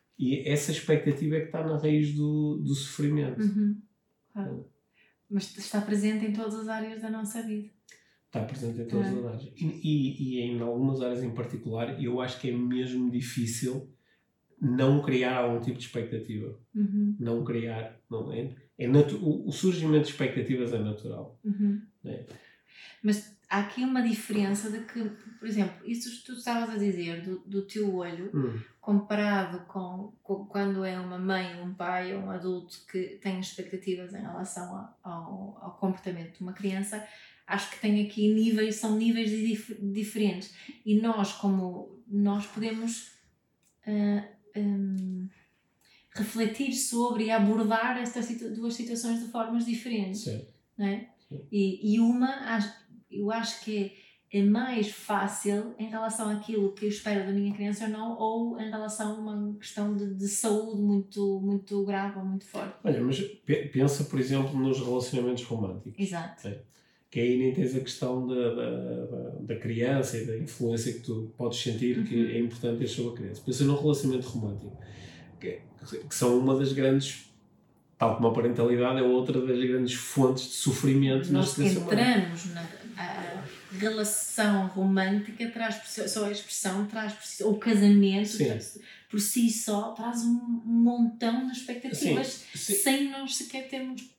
E essa expectativa é que está na raiz do, do sofrimento. Uhum. Claro. Mas está presente em todas as áreas da nossa vida. Está presente em todas uhum. as áreas. E, e, e em algumas áreas em particular, eu acho que é mesmo difícil não criar algum tipo de expectativa. Uhum. Não criar. Não é? É natu- o, o surgimento de expectativas é natural. Uhum. É? Mas há aqui uma diferença de que, por exemplo, isso que tu estavas a dizer do, do teu olho, hum. comparado com, com quando é uma mãe, um pai ou um adulto que tem expectativas em relação ao, ao comportamento de uma criança, acho que tem aqui níveis, são níveis dif- diferentes. E nós, como nós podemos uh, um, refletir sobre e abordar estas situ- duas situações de formas diferentes. Sim. Não é? Sim. E, e uma, eu acho que é mais fácil em relação àquilo que eu espero da minha criança ou não, ou em relação a uma questão de, de saúde muito, muito grave ou muito forte. Olha, mas pensa, por exemplo, nos relacionamentos românticos. Exato. Sim. Que aí nem tens a questão da, da, da criança e da influência que tu podes sentir, uhum. que é importante ter sobre a criança. Pensa num relacionamento romântico, que, que são uma das grandes, tal como a parentalidade, é outra das grandes fontes de sofrimento. Nós entramos na a relação romântica, traz só a expressão, traz por si, ou o casamento, traz, por si só, traz um montão de expectativas, sim, sim. sem nós sequer termos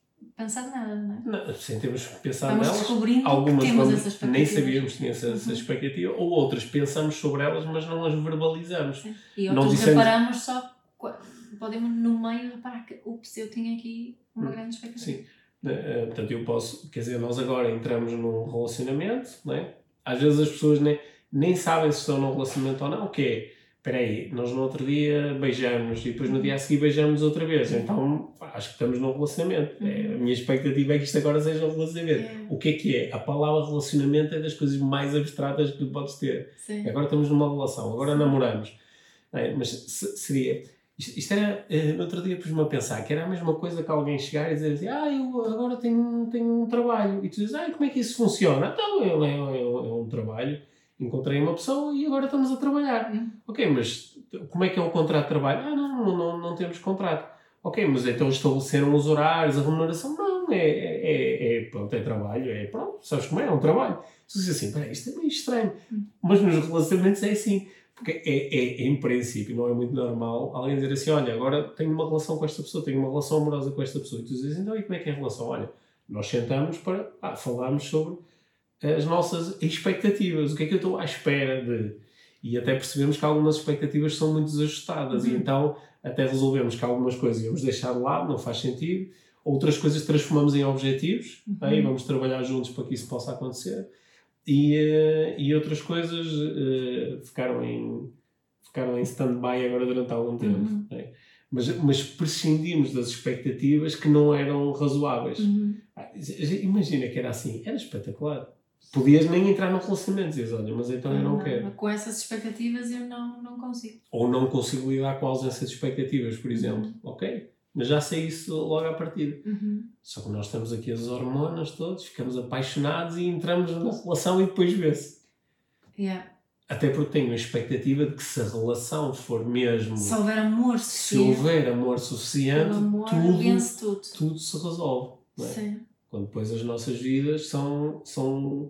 pensado nada, não é? Não, sem termos pensado Vamos nelas. descobrindo Algumas que temos vamos, essas expectativas. nem sabíamos que tinha essa, essa Uhum. expectativa, ou outras pensamos sobre elas, mas não as verbalizamos. Sim. E Não outros dissemos- reparamos só, podemos no meio reparar que, ups, eu tinha aqui uma Hum, grande expectativa. Sim. Uh, portanto, eu posso, quer dizer, nós agora entramos num relacionamento, não é? Às vezes as pessoas nem, nem sabem se estão num relacionamento ou não, o que é? Espera aí, nós no outro dia beijamos e depois no dia a seguir beijamos outra vez, então pá, acho que estamos num relacionamento. Uhum. É, a minha expectativa é que isto agora seja um relacionamento. É. O que é que é? A palavra relacionamento é das coisas mais abstratas que tu podes ter. Sim. Agora estamos numa relação, agora namoramos. É, mas se, seria... Isto, isto era... Uh, no outro dia pus-me a pensar que era a mesma coisa que alguém chegar e dizer assim, ah, eu agora tenho, tenho um trabalho. E tu dizes, ah, como é que isso funciona? Então, é, é, é, é um trabalho. Encontrei uma pessoa e agora estamos a trabalhar. Uhum. Ok, mas como é que é o contrato de trabalho? Ah, não, não, não, não temos contrato. Ok, mas então estabeleceram os horários, a remuneração? Não, é, é, é, pronto, é trabalho, é pronto, sabes como é? É um trabalho. Tu dizes assim, peraí, isto é meio estranho. Uhum. Mas nos relacionamentos é assim. Porque é, é, é, em princípio, não é muito normal alguém dizer assim, olha, agora tenho uma relação com esta pessoa, tenho uma relação amorosa com esta pessoa. E tu dizes, então, e como é que é a relação? Olha, nós sentamos para ah, falarmos sobre as nossas expectativas, o que é que eu estou à espera de... E até percebemos que algumas expectativas são muito desajustadas uhum. e então até resolvemos que algumas coisas íamos deixar de lado, não faz sentido, outras coisas transformamos em objetivos, uhum. aí vamos trabalhar juntos para que isso possa acontecer. E, uh, e outras coisas uh, ficaram em, ficaram em stand-by agora durante algum tempo. Uhum. Né? Mas, mas prescindimos das expectativas que não eram razoáveis. Uhum. Ah, imagina que era assim, era espetacular. Podias nem entrar no relacionamento e dizer, olha, mas então eu não, não quero. Com essas expectativas eu não, não consigo. Ou não consigo lidar com a ausência de expectativas, por exemplo. Uhum. Ok? Mas já sei isso logo à partida. Uhum. Só que nós temos aqui as hormonas todas, ficamos apaixonados e entramos na relação e depois vê-se. Yeah. Até porque tenho a expectativa de que se a relação for mesmo... Se houver amor suficiente. Se houver amor suficiente, amor tudo, tudo. tudo se resolve. Não é? Sim. Quando depois as nossas vidas são, são uh,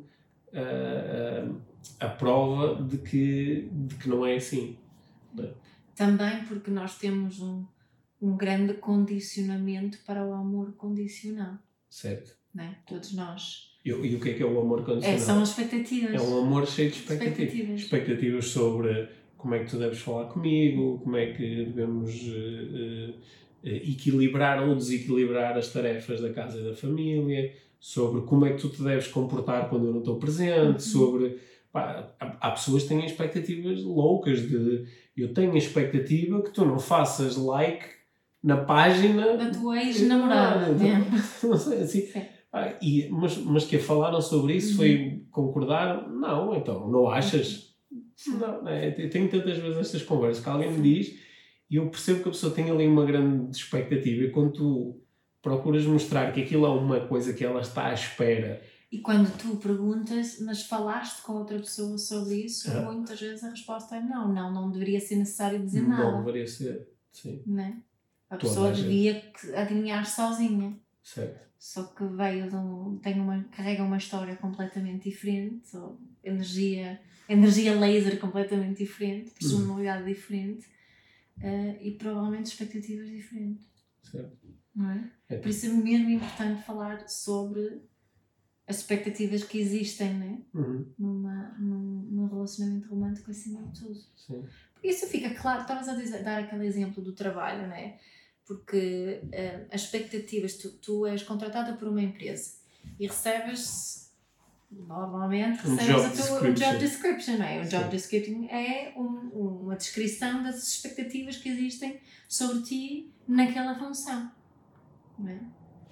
uh, a prova de que, de que não é assim. Não é? Também porque nós temos um... um grande condicionamento para o amor condicional. Certo. Não é? Todos nós. E, e o que é que é o amor condicional? É, são as expectativas. É um amor cheio de expectativas. Expectativas. Expectativas sobre como é que tu deves falar comigo, como é que devemos uh, uh, equilibrar ou desequilibrar as tarefas da casa e da família, sobre como é que tu te deves comportar quando eu não estou presente, uhum. sobre... Pá, há, há pessoas que têm expectativas loucas de... Eu tenho a expectativa que tu não faças like na página... Da tua ex-namorada. Não, não sei, assim... Ah, e, mas, mas que falaram sobre isso, uhum. foi concordar? Não, então, não achas? Uhum. Não, é, eu tenho tantas vezes estas conversas que alguém me diz e eu percebo que a pessoa tem ali uma grande expectativa e quando tu procuras mostrar que aquilo é uma coisa que ela está à espera... E quando tu perguntas, mas falaste com outra pessoa sobre isso, ah. muitas vezes a resposta é não, não, não deveria ser necessário dizer não nada. Não deveria ser, sim. Não é? A Toda pessoa a devia adivinhar sozinha. Certo. Só que veio de um, tem uma, carrega uma história completamente diferente, ou energia, energia laser completamente diferente, personalidade uhum. diferente uh, e provavelmente expectativas diferentes. Certo. Não é? É. Por isso é mesmo importante falar sobre as expectativas que existem, né? Uhum. Numa, num, num relacionamento romântico acima de tudo. Sim. Isso fica claro, estavas a dizer, dar aquele exemplo do trabalho, né? Porque uh, as expectativas, tu, tu és contratada por uma empresa e recebes, normalmente, um recebes job a tua, um job description, não é? Um job description é um, uma descrição das expectativas que existem sobre ti naquela função, não é?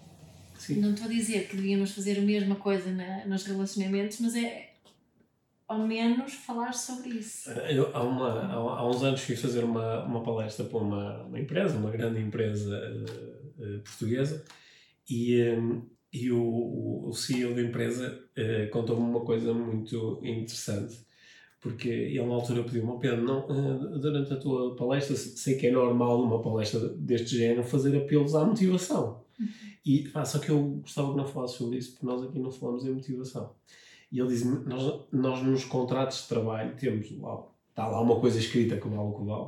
Sim. Não estou a dizer que devíamos fazer a mesma coisa na, nos relacionamentos, mas é ao menos falar sobre isso. Eu, há, uma, há, há uns anos fui fazer uma, uma palestra para uma, uma empresa, uma grande empresa uh, uh, portuguesa, e, um, e o, o C E O da empresa uh, contou-me uma coisa muito interessante, porque ele na altura pediu-me, oh, Pedro, não, uh, durante a tua palestra, sei que é normal numa palestra deste género fazer apelos à motivação. Uhum. E, pá, só que eu gostava que não falasse sobre isso, porque nós aqui não falamos em motivação. E ele diz-me, nós, nós nos contratos de trabalho temos lá, está lá uma coisa escrita que vale o que vale,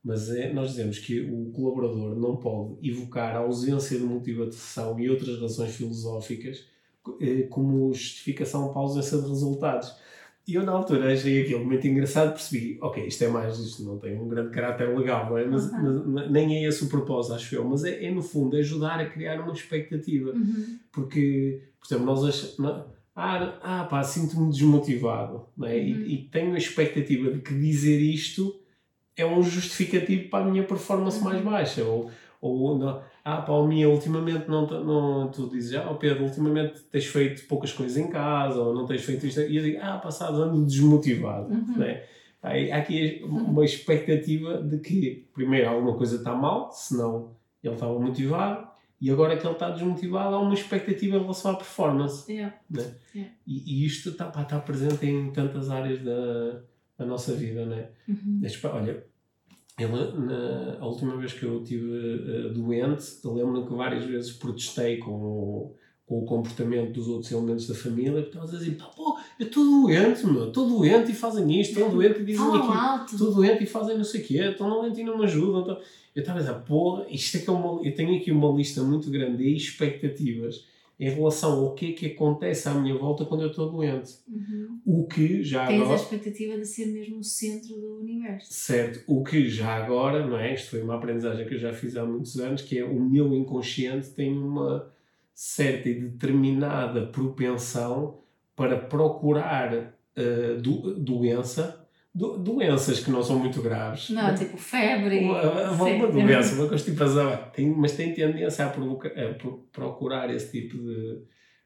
Mas é, nós dizemos que o colaborador não pode evocar a ausência de motivação e outras razões filosóficas eh, como justificação para a ausência de resultados. E eu, na altura, achei aquilo muito engraçado, percebi, ok, isto é mais, isto não tem um grande caráter legal, não é? Mas, uhum. mas nem é esse o propósito, acho eu, mas é, é no fundo, ajudar a criar uma expectativa. Uhum. Porque, por exemplo, nós achamos, ah, ah pá, sinto-me desmotivado, não é? Uhum. E, e tenho a expectativa de que dizer isto é um justificativo para a minha performance uhum. mais baixa, ou, ou não, ah pá, o minha ultimamente não, não, tu dizes, ah oh Pedro, ultimamente tens feito poucas coisas em casa, ou não tens feito isto, e eu digo, ah pá, sabes, ando desmotivado, uhum. não é? Há aqui uma expectativa de que, primeiro, alguma coisa está mal, senão ele estava motivado, e agora que ele está desmotivado, há uma expectativa em relação à performance. Yeah. Né? Yeah. E, e isto está, pá, está presente em tantas áreas da, da nossa vida, não é? Uhum. Olha, ele, na, a última vez que eu estive uh, doente, eu lembro-me que várias vezes protestei com o, com o comportamento dos outros elementos da família, porque estavas a dizer, pô, eu estou doente, meu, estou doente e fazem isto, estou doente e dizem aquilo, estou doente e fazem não sei o quê, estou doente e não me ajudam. Então... Eu estava a dizer, pô, isto é que é uma, eu tenho aqui uma lista muito grande de expectativas em relação ao que é que acontece à minha volta quando eu estou doente. Uhum. O que já Tens agora... a expectativa de ser mesmo o centro do universo. Certo. O que já agora, não é? Isto foi uma aprendizagem que eu já fiz há muitos anos, que é o meu inconsciente tem uma certa e determinada propensão para procurar uh, do, doença, do, doenças que não são muito graves. Não, né? Tipo febre. Uma, uma, uma doença, uma constipação. Tem, mas tem tendência a, provocar, a procurar esse tipo de,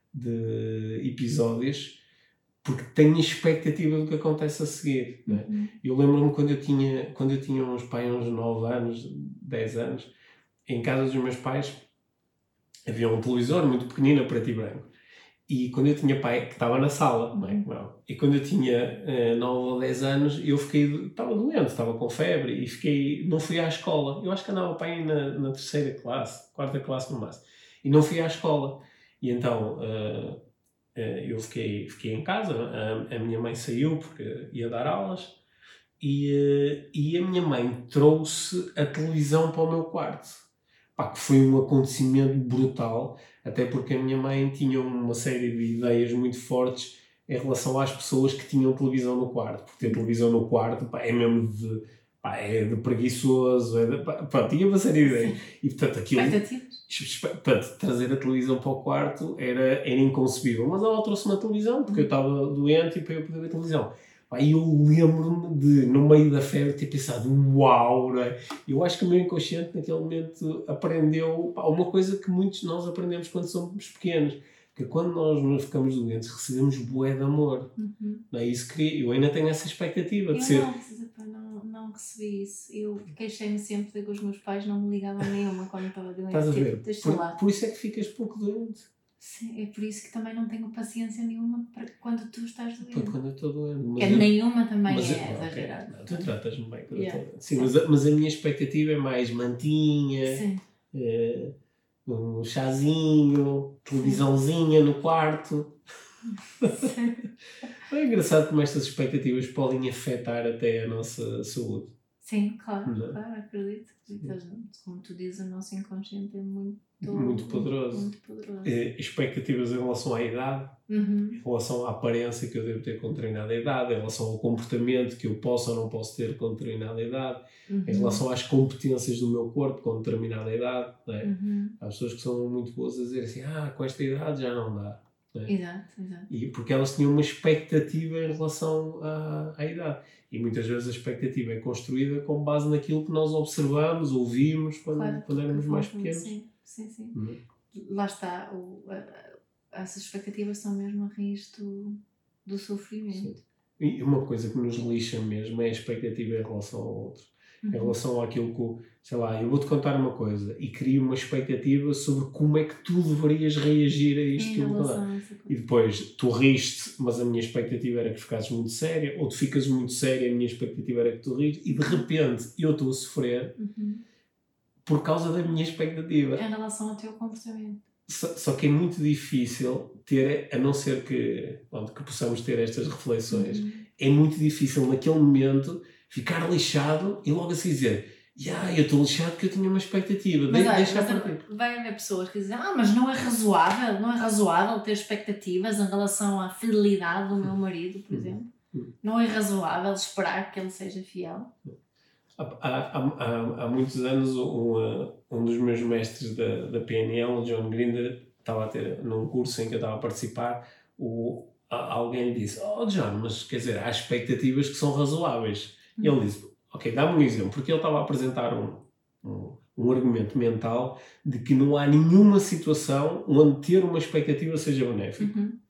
de episódios porque tenho expectativa do que acontece a seguir. Né? Uhum. Eu lembro-me quando eu tinha, quando eu tinha uns pais, uns nove anos, dez anos, em casa dos meus pais havia um televisor muito pequenino, preto e branco. E quando eu tinha pai, que estava na sala, não é? Não. E quando eu tinha uh, nove ou dez anos, eu fiquei, estava doente, estava com febre e fiquei, não fui à escola. Eu acho que andava pai na, na terceira classe, quarta classe no máximo. E não fui à escola. E então uh, uh, eu fiquei, fiquei em casa, a, a minha mãe saiu porque ia dar aulas e, uh, e a minha mãe trouxe a televisão para o meu quarto. Pá, que foi um acontecimento brutal, até porque a minha mãe tinha uma série de ideias muito fortes em relação às pessoas que tinham televisão no quarto, porque ter televisão no quarto, pá, é mesmo de, pá, é de preguiçoso, é de, pá, pá, tinha uma série de ideias. E portanto aquilo, portanto, trazer a televisão para o quarto era, era inconcebível, mas ela trouxe uma televisão, porque eu estava doente e para eu poder ver televisão. E eu lembro-me de, no meio da febre, ter pensado, uau, não é? Eu acho que o meu inconsciente naquele momento aprendeu pá, uma coisa que muitos de nós aprendemos quando somos pequenos, que quando nós nos ficamos doentes recebemos bué de amor. Uhum. Não é? Isso que eu ainda tenho essa expectativa de eu ser... Não, não, não recebi isso. Eu queixei-me sempre de que os meus pais não me ligavam nenhuma quando estava doente. Estás a ver? Tipo, por, por isso é que ficas pouco doente. Sim, é por isso que também não tenho paciência nenhuma para quando tu estás doente. Porque quando eu estou doente. Mas é, eu, nenhuma também mas é eu, exagerada. Okay, tu tratas-me bem quando yeah. eu estou doente. Sim, sim. Mas, mas a minha expectativa é mais mantinha, é, um chazinho, televisãozinha no quarto. Sim. É engraçado como estas expectativas podem afetar até a nossa saúde. Sim, claro, não? claro, acredito. Como tu dizes, o nosso inconsciente é muito, muito poderoso. Muito poderoso. É, expectativas em relação à idade, uhum. em relação à aparência que eu devo ter com determinada idade, em relação ao comportamento que eu posso ou não posso ter com determinada idade, uhum. em relação às competências do meu corpo com determinada idade. Não é? Uhum. Há pessoas que são muito boas a dizer assim, ah, com esta idade já não dá. Não é? Exato, exato. E porque elas tinham uma expectativa em relação à, à idade. E muitas vezes a expectativa é construída com base naquilo que nós observamos, ouvimos quando, claro, quando éramos mais pequenos. Sim, sim, sim. Uhum. Lá está, o, a, essas expectativas são mesmo a raiz do, do sofrimento. Sim. E uma coisa que nos lixa mesmo é a expectativa em relação ao outro. Uhum. Em relação àquilo que, sei lá, eu vou-te contar uma coisa e crio uma expectativa sobre como é que tu deverias reagir a isto. Em relação a essa coisa. E depois tu riste, mas a minha expectativa era que ficasses muito séria, ou tu ficas muito séria e a minha expectativa era que tu riste, e de repente eu estou a sofrer uhum. por causa da minha expectativa. Em relação ao teu comportamento. Só, só que é muito difícil ter, a não ser que, bom, que possamos ter estas reflexões, uhum. é muito difícil naquele momento ficar lixado e logo assim dizer, Yeah, eu estou lixado porque eu tinha uma expectativa. Mas, De, olha, deixa mas partir. vai haver pessoas que dizem, ah, mas não é razoável, não é razoável ter expectativas em relação à fidelidade do meu marido, por exemplo. Não é razoável esperar que ele seja fiel. Há, há, há, há muitos anos um, um dos meus mestres da, da P N L, o John Grinder, estava a ter num curso em que eu estava a participar, o, alguém lhe disse, oh John, mas quer dizer, há expectativas que são razoáveis. Hum. E ele disse, ok, dá-me um exemplo, porque ele estava a apresentar um, um, um argumento mental de que não há nenhuma situação onde ter uma expectativa seja benéfico. Uhum.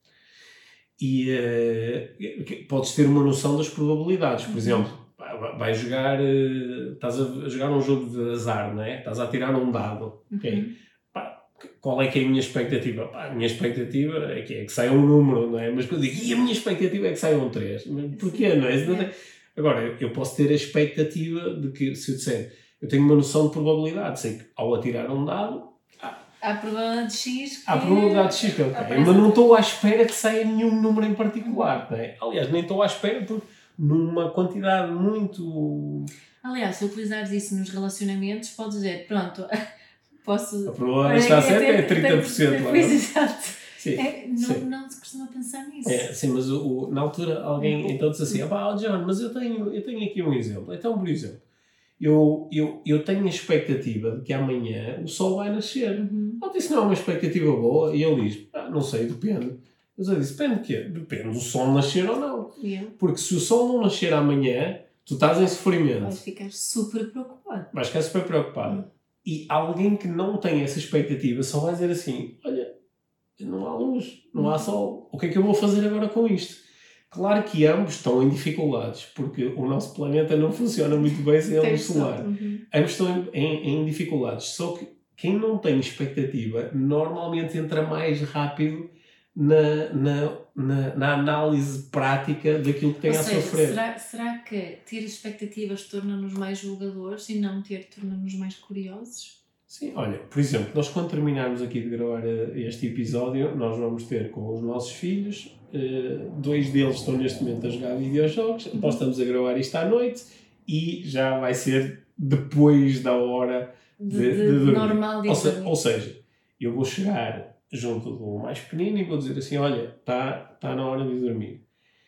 E uh, podes ter uma noção das probabilidades. Por uhum. exemplo, vai jogar, uh, estás a jogar um jogo de azar, não é? Estás a tirar um dado. Uhum. Okay? Pá, qual é que é a minha expectativa? Pá, a minha expectativa é que, é que saia um número, não é? Mas quando eu digo, e a minha expectativa é que saia um três. Mas porquê, não é? é. Agora, eu posso ter a expectativa de que, se eu disser, eu tenho uma noção de probabilidade, sei que ao atirar um dado, há probabilidade de X que... Há probabilidade de X que eu tenho, mas não estou à espera que saia nenhum número em particular, não é? Aliás, nem estou à espera porque numa quantidade muito... Aliás, se utilizares isso nos relacionamentos, podes dizer, pronto, posso... A probabilidade está certa é trinta por cento. Pois, exato. Sim, é, não, sim. não se costuma pensar nisso. É, sim, mas o, o, na altura alguém então disse assim, ah, John, mas eu tenho, eu tenho aqui um exemplo. Então, por exemplo, Eu, eu, eu tenho a expectativa de que amanhã o sol vai nascer. Uhum. Ele disse, não é uma expectativa boa. E ele diz, ah, não sei, depende. Mas eu disse, depende de quê? Depende do sol nascer ou não. Yeah. Porque se o sol não nascer amanhã, tu estás em sofrimento. Vais ficar super preocupado. Vais ficar super preocupado. Uhum. E alguém que não tem essa expectativa só vai dizer assim, olha, não há luz, não uhum. há sol. O que é que eu vou fazer agora com isto? Claro que ambos estão em dificuldades, porque o nosso planeta não funciona muito bem sem a luz solar. Uhum. Ambos estão em, em, em dificuldades. Só que quem não tem expectativa normalmente entra mais rápido na, na, na, na análise prática daquilo que tem Ou a seja, sofrer. Será, será que ter expectativas torna-nos mais julgadores e não ter torna-nos mais curiosos? Sim, olha, por exemplo, nós quando terminarmos aqui de gravar este episódio, nós vamos ter com os nossos filhos, uh, dois deles estão neste momento a jogar videojogos, uhum. nós estamos a gravar isto à noite e já vai ser depois da hora de, de, de, de dormir. Normal de ou, se, ou seja, eu vou chegar junto do mais pequenino e vou dizer assim, olha, está tá na hora de dormir.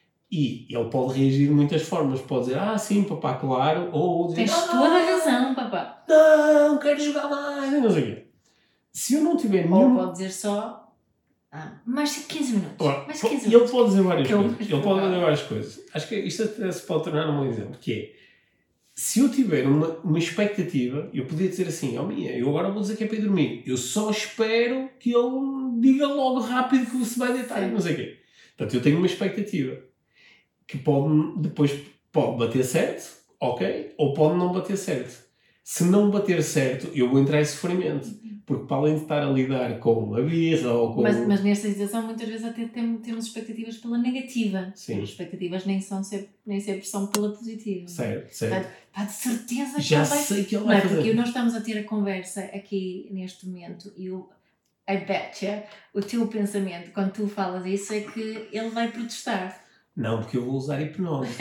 E ele pode reagir de muitas formas. Pode dizer, ah, sim, papá, claro. Ou dizer, tens toda a razão, papá. Não, quero jogar mais. Não sei o quê. Se eu não tiver nenhum... Ou pode dizer só, ah, mais quinze minutos. Ora, mais quinze ele minutos. pode dizer várias que coisas. Ele pode dizer várias coisas. Acho que isto até se pode tornar um exemplo, que é, se eu tiver uma, uma expectativa, eu podia dizer assim, ó oh, minha, eu agora vou dizer que é para ir dormir. Eu só espero que ele diga logo rápido que se vai deitar. Sim. Não sei o quê. Portanto, eu tenho uma expectativa. Que pode, depois pode bater certo, ok? Ou pode não bater certo. Se não bater certo, eu vou entrar em sofrimento. Porque para além de estar a lidar com a birra ou com... Mas, mas nesta situação, muitas vezes até temos, temos expectativas pela negativa. Sim. As expectativas nem, são sempre, nem sempre são pela positiva. Certo, certo. Pá, de certeza que Já ele vai... sei que ele não vai é, fazer. Porque nós estamos a ter a conversa aqui neste momento e o... I betcha, o teu pensamento, quando tu falas isso, é que ele vai protestar. Não, porque eu vou usar hipnose.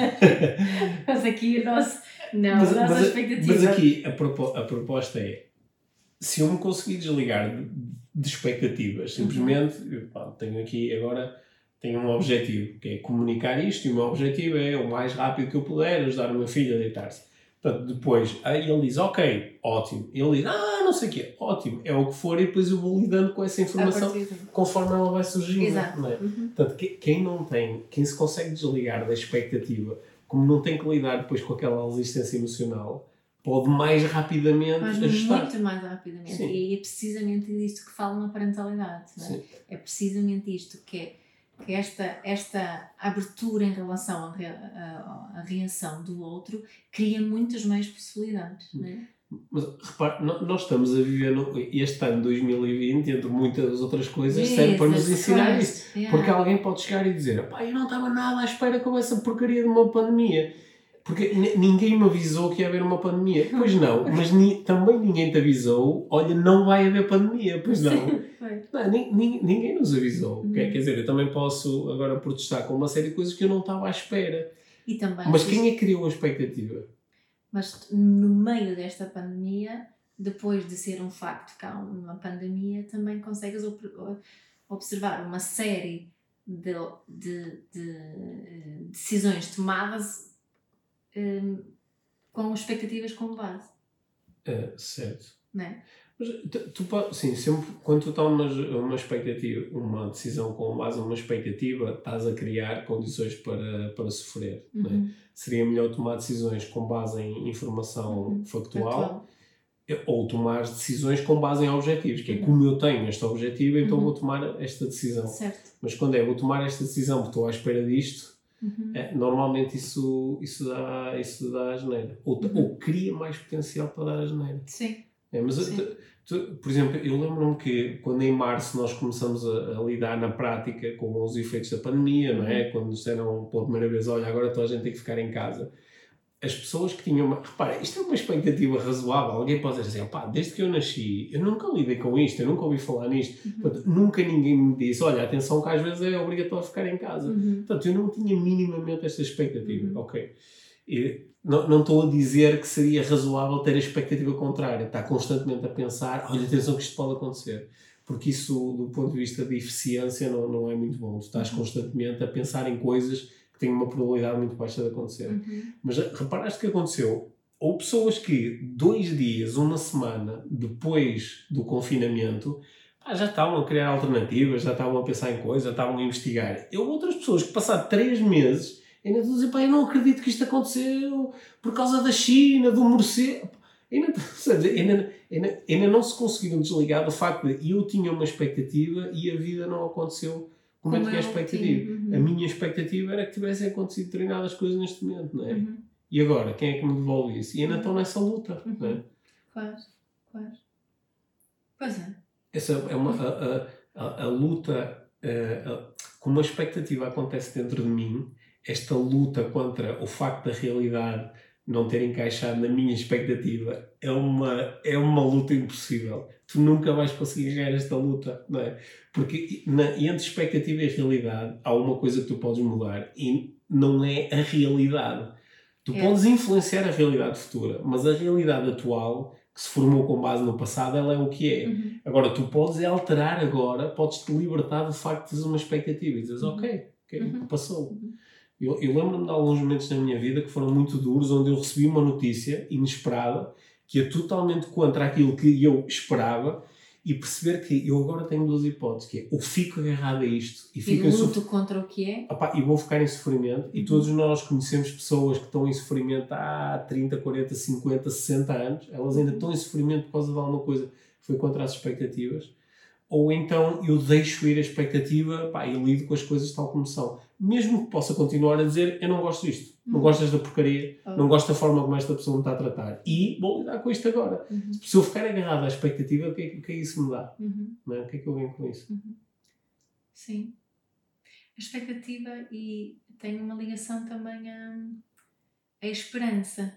Mas aqui o nosso... Não, mas, a nossa mas, expectativa... Mas aqui a, propo, a proposta é, se eu me conseguir desligar de, de expectativas, simplesmente, uhum. eu, pá, tenho aqui agora, tenho um objetivo, que é comunicar isto, e o meu objetivo é, o mais rápido que eu puder, ajudar o meu filho a deitar-se. Portanto, depois, aí ele diz, ok, ótimo. Ele diz, ah, não sei o quê, ótimo, é o que for, e depois eu vou lidando com essa informação conforme ela vai surgindo. Exato. Não é? Uhum. Portanto, quem não tem, quem se consegue desligar da expectativa, como não tem que lidar depois com aquela resistência emocional, pode mais rapidamente Mas ajustar. Muito mais rapidamente. Sim. E é precisamente disto que fala na parentalidade. Não é? Sim. É precisamente isto que é que esta, esta abertura em relação à, à, à reação do outro cria muitas mais possibilidades, não é? Mas repare, nós estamos a viver no, este ano dois mil e vinte, entre muitas outras coisas, Jesus serve para nos ensinar Christ. isto. Yeah. Porque alguém pode chegar e dizer, pá, eu não estava nada à espera com essa porcaria de uma pandemia. Porque n- ninguém me avisou que ia haver uma pandemia. Pois não, mas ni- também ninguém te avisou, olha, não vai haver pandemia. Pois não. Sim, Não, ni- ni- ninguém nos avisou. Uhum. Quer, quer dizer, eu também posso agora protestar com uma série de coisas que eu não estava à espera. E também, Mas quem é que criou a expectativa? Mas no meio desta pandemia, depois de ser um facto que há uma pandemia, também consegues observar uma série de, de, de decisões tomadas um, com expectativas como base. É, certo. Não é? Mas tu, tu, sim, sempre quando tu tomas uma expectativa, uma decisão com base numa expectativa, estás a criar condições para, para sofrer. Uhum. Não é? Seria melhor tomar decisões com base em informação uhum. factual, factual ou tomar decisões com base em objetivos, que é uhum. como eu tenho este objetivo, então uhum. vou tomar esta decisão. Certo. Mas quando é, vou tomar esta decisão porque estou à espera disto, uhum. é, normalmente isso, isso dá, isso dá asneira. Ou, uhum. ou cria mais potencial para dar asneira. Sim. É, mas, tu, tu, por exemplo, eu lembro-me que quando em março nós começamos a, a lidar na prática com os efeitos da pandemia, uhum. não é? Quando nos disseram pela primeira vez, olha, agora toda a gente tem que ficar em casa. As pessoas que tinham... Uma, repara, isto é uma expectativa razoável. Alguém pode dizer assim, pá, desde que eu nasci, eu nunca lidei com isto, eu nunca ouvi falar nisto. Uhum. Portanto, nunca ninguém me disse, olha, atenção que às vezes é obrigatório ficar em casa. Uhum. Portanto, eu não tinha minimamente esta expectativa. Uhum. Ok. E, não, não estou a dizer que seria razoável ter a expectativa contrária. Está constantemente a pensar, olha, atenção que isto pode acontecer. Porque isso, do ponto de vista de eficiência, não, não é muito bom. Tu estás constantemente a pensar em coisas que têm uma probabilidade muito baixa de acontecer. Uhum. Mas reparaste que aconteceu? Houve pessoas que, dois dias, uma semana depois do confinamento, pá, já estavam a criar alternativas, já estavam a pensar em coisas, já estavam a investigar. E houve outras pessoas que, passaram três meses, ainda estão a dizer, pá, eu não acredito que isto aconteceu por causa da China, do morcego. Ainda, ainda, ainda, ainda não se conseguiram desligar do facto de eu tinha uma expectativa e a vida não aconteceu como, como eu tinha a expectativa. Uhum. A minha expectativa era que tivessem acontecido determinadas coisas neste momento, não é? Uhum. E agora, quem é que me devolve isso? E ainda uhum. estão nessa luta, uhum. não é? Claro, claro. Pois é. Essa é uma, a, a, a luta, a, a, como a expectativa acontece dentro de mim, esta luta contra o facto da realidade não ter encaixado na minha expectativa é uma, é uma luta impossível. Tu nunca vais conseguir ganhar esta luta, não é? Porque na, entre expectativa e realidade há uma coisa que tu podes mudar e não é a realidade. Tu é. podes influenciar a realidade futura, mas a realidade atual, que se formou com base no passado, ela é o que é. Uhum. Agora, tu podes alterar agora, podes-te libertar do facto de teres uma expectativa e dizes, uhum. ok, ok, uhum. passou. Uhum. Eu, eu lembro-me de alguns momentos na minha vida que foram muito duros, onde eu recebi uma notícia inesperada, que é totalmente contra aquilo que eu esperava, e perceber que eu agora tenho duas hipóteses, que é, ou fico agarrado a isto e fico e luto sof... contra o que é, Opa, e vou ficar em sofrimento, uhum. e todos nós conhecemos pessoas que estão em sofrimento há trinta, quarenta, cinquenta, sessenta anos, elas ainda uhum. estão em sofrimento por causa de alguma coisa que foi contra as expectativas, ou então eu deixo ir a expectativa, pá, e lido com as coisas tal como são. Mesmo que possa continuar a dizer, eu não gosto disto, uhum. não gosto desta porcaria, oh. não gosto da forma como esta pessoa me está a tratar. E vou lidar com isto agora. Uhum. Se eu ficar agarrado à expectativa, o que é que, que isso me dá? Uhum. Não é? O que é que eu venho com isso? Uhum. Sim. A expectativa e tem uma ligação também à, à esperança.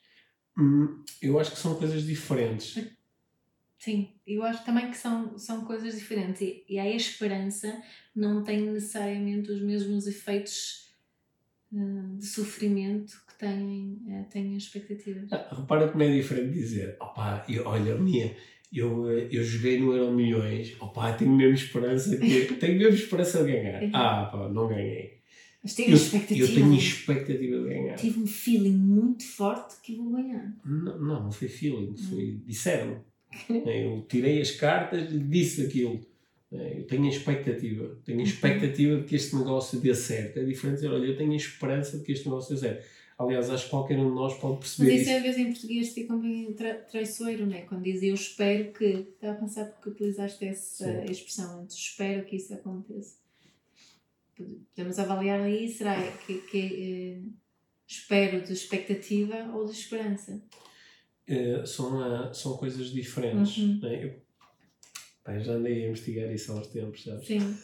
Hum, eu acho que são coisas diferentes. Sim, eu acho também que são, são coisas diferentes e, e a esperança não tem necessariamente os mesmos efeitos uh, de sofrimento que têm, uh, têm as expectativas. Ah, repara como é diferente dizer, opá, eu, olha, minha, eu, eu joguei no Euro Milhões, opá, tenho mesmo esperança que, tenho mesmo esperança de ganhar. Ah, pá, não ganhei. Mas tenho eu, expectativa. Eu tenho expectativa de ganhar. Tive um feeling muito forte que vou ganhar. Não, não, não foi feeling, foi, disseram. Eu tirei as cartas e disse aquilo. Eu tenho a expectativa. Tenho a expectativa de que este negócio dê certo. É diferente dizer, olha, eu tenho a esperança de que este negócio dê certo. Aliás, acho que qualquer um de nós pode perceber Mas isso. Mas isso às vezes em português fica um bocadinho tra- traiçoeiro, não é? Quando diz eu espero que... Estava a pensar porque utilizaste essa Sim. expressão antes. Espero que isso aconteça. Podemos avaliar aí, será que, que eh, espero de expectativa ou de esperança? Uh, são, uh, são coisas diferentes. Uhum. Né? Eu, pá, já andei a investigar isso há uns tempos, sabes? Sim.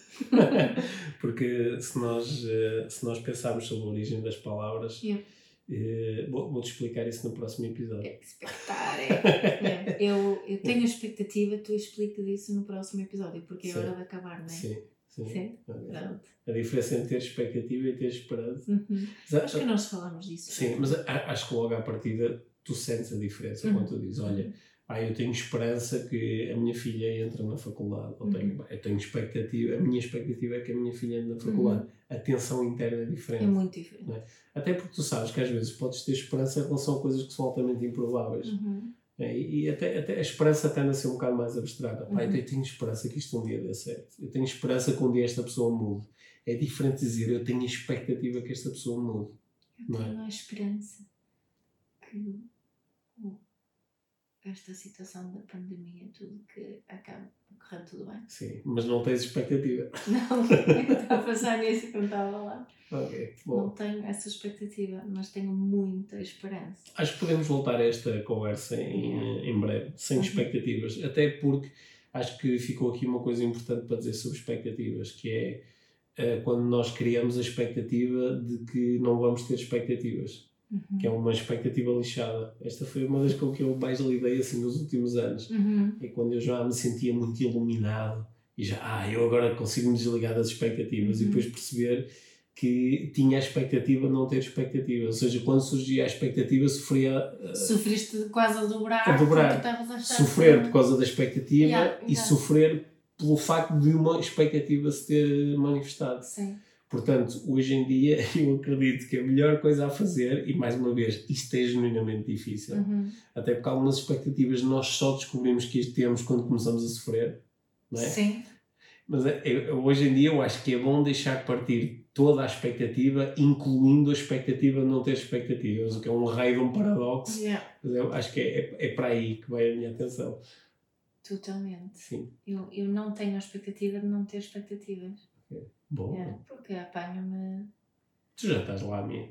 Porque se nós, uh, se nós pensarmos sobre a origem das palavras, yeah. uh, vou, vou-te explicar isso no próximo episódio. É expectar, é. yeah. eu, eu tenho a expectativa, tu explicas isso no próximo episódio, porque é Sim. hora de acabar, não é? Sim. Sim. Sim. Pronto. A diferença entre ter expectativa e ter esperança. Uhum. Mas, acho que nós falamos disso. Sim, mas a, acho que logo à partida tu sentes a diferença Uhum. quando tu dizes, olha, ah, eu tenho esperança que a minha filha entre na faculdade, ou tenho, Uhum. eu tenho expectativa, a minha expectativa é que a minha filha entre na faculdade. Uhum. A tensão interna é diferente. É muito diferente. Não é? Até porque tu sabes que às vezes podes ter esperança em relação a coisas que são altamente improváveis. Uhum. É, e e até, até a esperança tende a ser um bocado mais abstrata. Pá, Uhum. eu tenho esperança que isto um dia dê certo. Eu tenho esperança que um dia esta pessoa mude. É diferente dizer eu tenho expectativa que esta pessoa mude. Eu Não é? tenho a esperança que oh, esta situação da pandemia, tudo que acabe de correr tudo bem. Sim, mas não tens expectativa. Não, eu estava a pensar nisso quando estava lá. Ok, Não bom. tenho essa expectativa, mas tenho muita esperança. Acho que podemos voltar a esta conversa em, em breve, sem Uhum. expectativas. Até porque acho que ficou aqui uma coisa importante para dizer sobre expectativas, que é uh, quando nós criamos a expectativa de que não vamos ter expectativas. Uhum. Que é uma expectativa lixada. Esta foi uma das com que eu mais lidei assim nos últimos anos. Uhum. É quando eu já me sentia muito iluminado e já, ah, eu agora consigo me desligar das expectativas. Uhum. E depois perceber que tinha a expectativa de não ter expectativa. Ou seja, quando surgia a expectativa, sofria... Uh, Sofreste quase a dobrar, a dobrar. porque tu estavas a achar sofrer que- por causa da expectativa Yeah, e exato. sofrer pelo facto de uma expectativa se ter manifestado. Sim. Portanto, hoje em dia, eu acredito que a melhor coisa a fazer, e mais uma vez, isto é genuinamente difícil, Uhum. até porque algumas expectativas nós só descobrimos que as temos quando começamos a sofrer, não é? Sim. Mas é, é, hoje em dia eu acho que é bom deixar partir toda a expectativa, incluindo a expectativa de não ter expectativas, o que é um raio de um paradoxo, Yeah. mas eu acho que é, é, é para aí que vai a minha atenção. Totalmente. Sim. Eu, eu não tenho a expectativa de não ter expectativas. Bom, Yeah, porque apanho-me. tu já estás lá, minha.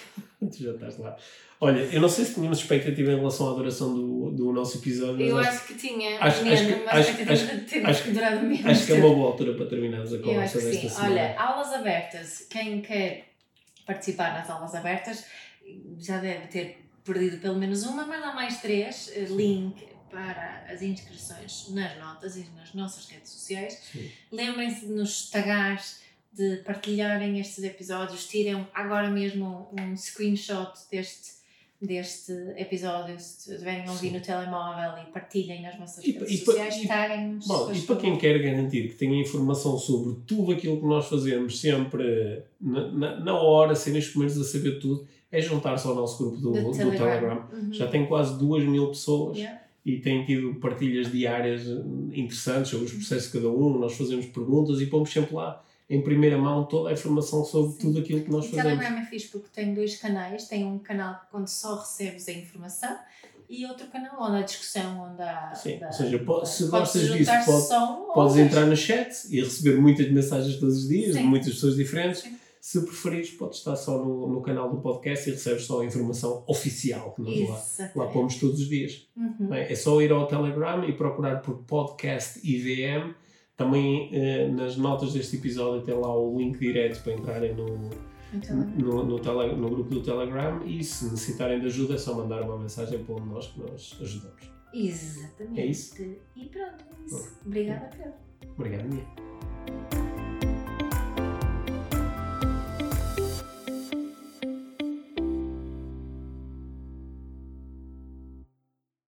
Tu já estás lá. Olha, eu não sei se tínhamos expectativa em relação à duração do, do nosso episódio. mas Eu acho, acho que tinha acho- menos, acho que- uma acho- expectativa de ter acho que- durado menos. acho que é uma boa altura para terminarmos a Eu acho conversa que desta sim. semana. Olha, aulas abertas. Quem quer participar nas aulas abertas já deve ter perdido pelo menos uma, mas há mais três. eh, Link para as inscrições nas notas e nas nossas redes sociais. Sim. Lembrem-se de nos tagar, de partilharem estes episódios, tirem agora mesmo um screenshot deste, deste episódio, se estiverem a ouvir Sim. no telemóvel, e partilhem nas vossas E- redes e pa- sociais, e- taguem-nos. Bom, faz e para favor. quem quer garantir que tenha informação sobre tudo aquilo que nós fazemos sempre na, na, na hora, serem os primeiros a saber tudo, é juntar-se ao nosso grupo do, Do do Telegram. Telegram. Uhum. Já tem quase duas mil pessoas Yeah. e tem tido partilhas diárias interessantes sobre os processos de cada um. Nós fazemos perguntas e pomos sempre lá em primeira mão toda a informação sobre Sim. tudo aquilo que nós O fazemos. Telegram é fixe porque tem dois canais. Tem um canal onde só recebes a informação e outro canal onde há discussão, onde há... Sim, da- ou seja, po- se podes gostas disso, juntar-se pode- só ou Podes ouves. entrar no chat e receber muitas mensagens todos os dias, Sim. de muitas pessoas diferentes. Sim. Se preferires, podes estar só no, no canal do podcast e recebes só a informação oficial que nós lá, lá Exatamente. pomos todos os dias. Uhum. Não é? É só ir ao Telegram e procurar por Podcast I V M. Também eh, nas notas deste episódio tem lá o link direto para entrarem no, Então, no, no, tele, no grupo do Telegram, e se necessitarem de ajuda é só mandar uma mensagem para um de nós que nós ajudamos. exatamente. É isso? E pronto, é isso. Obrigada, Pedro. Obrigado, Mia.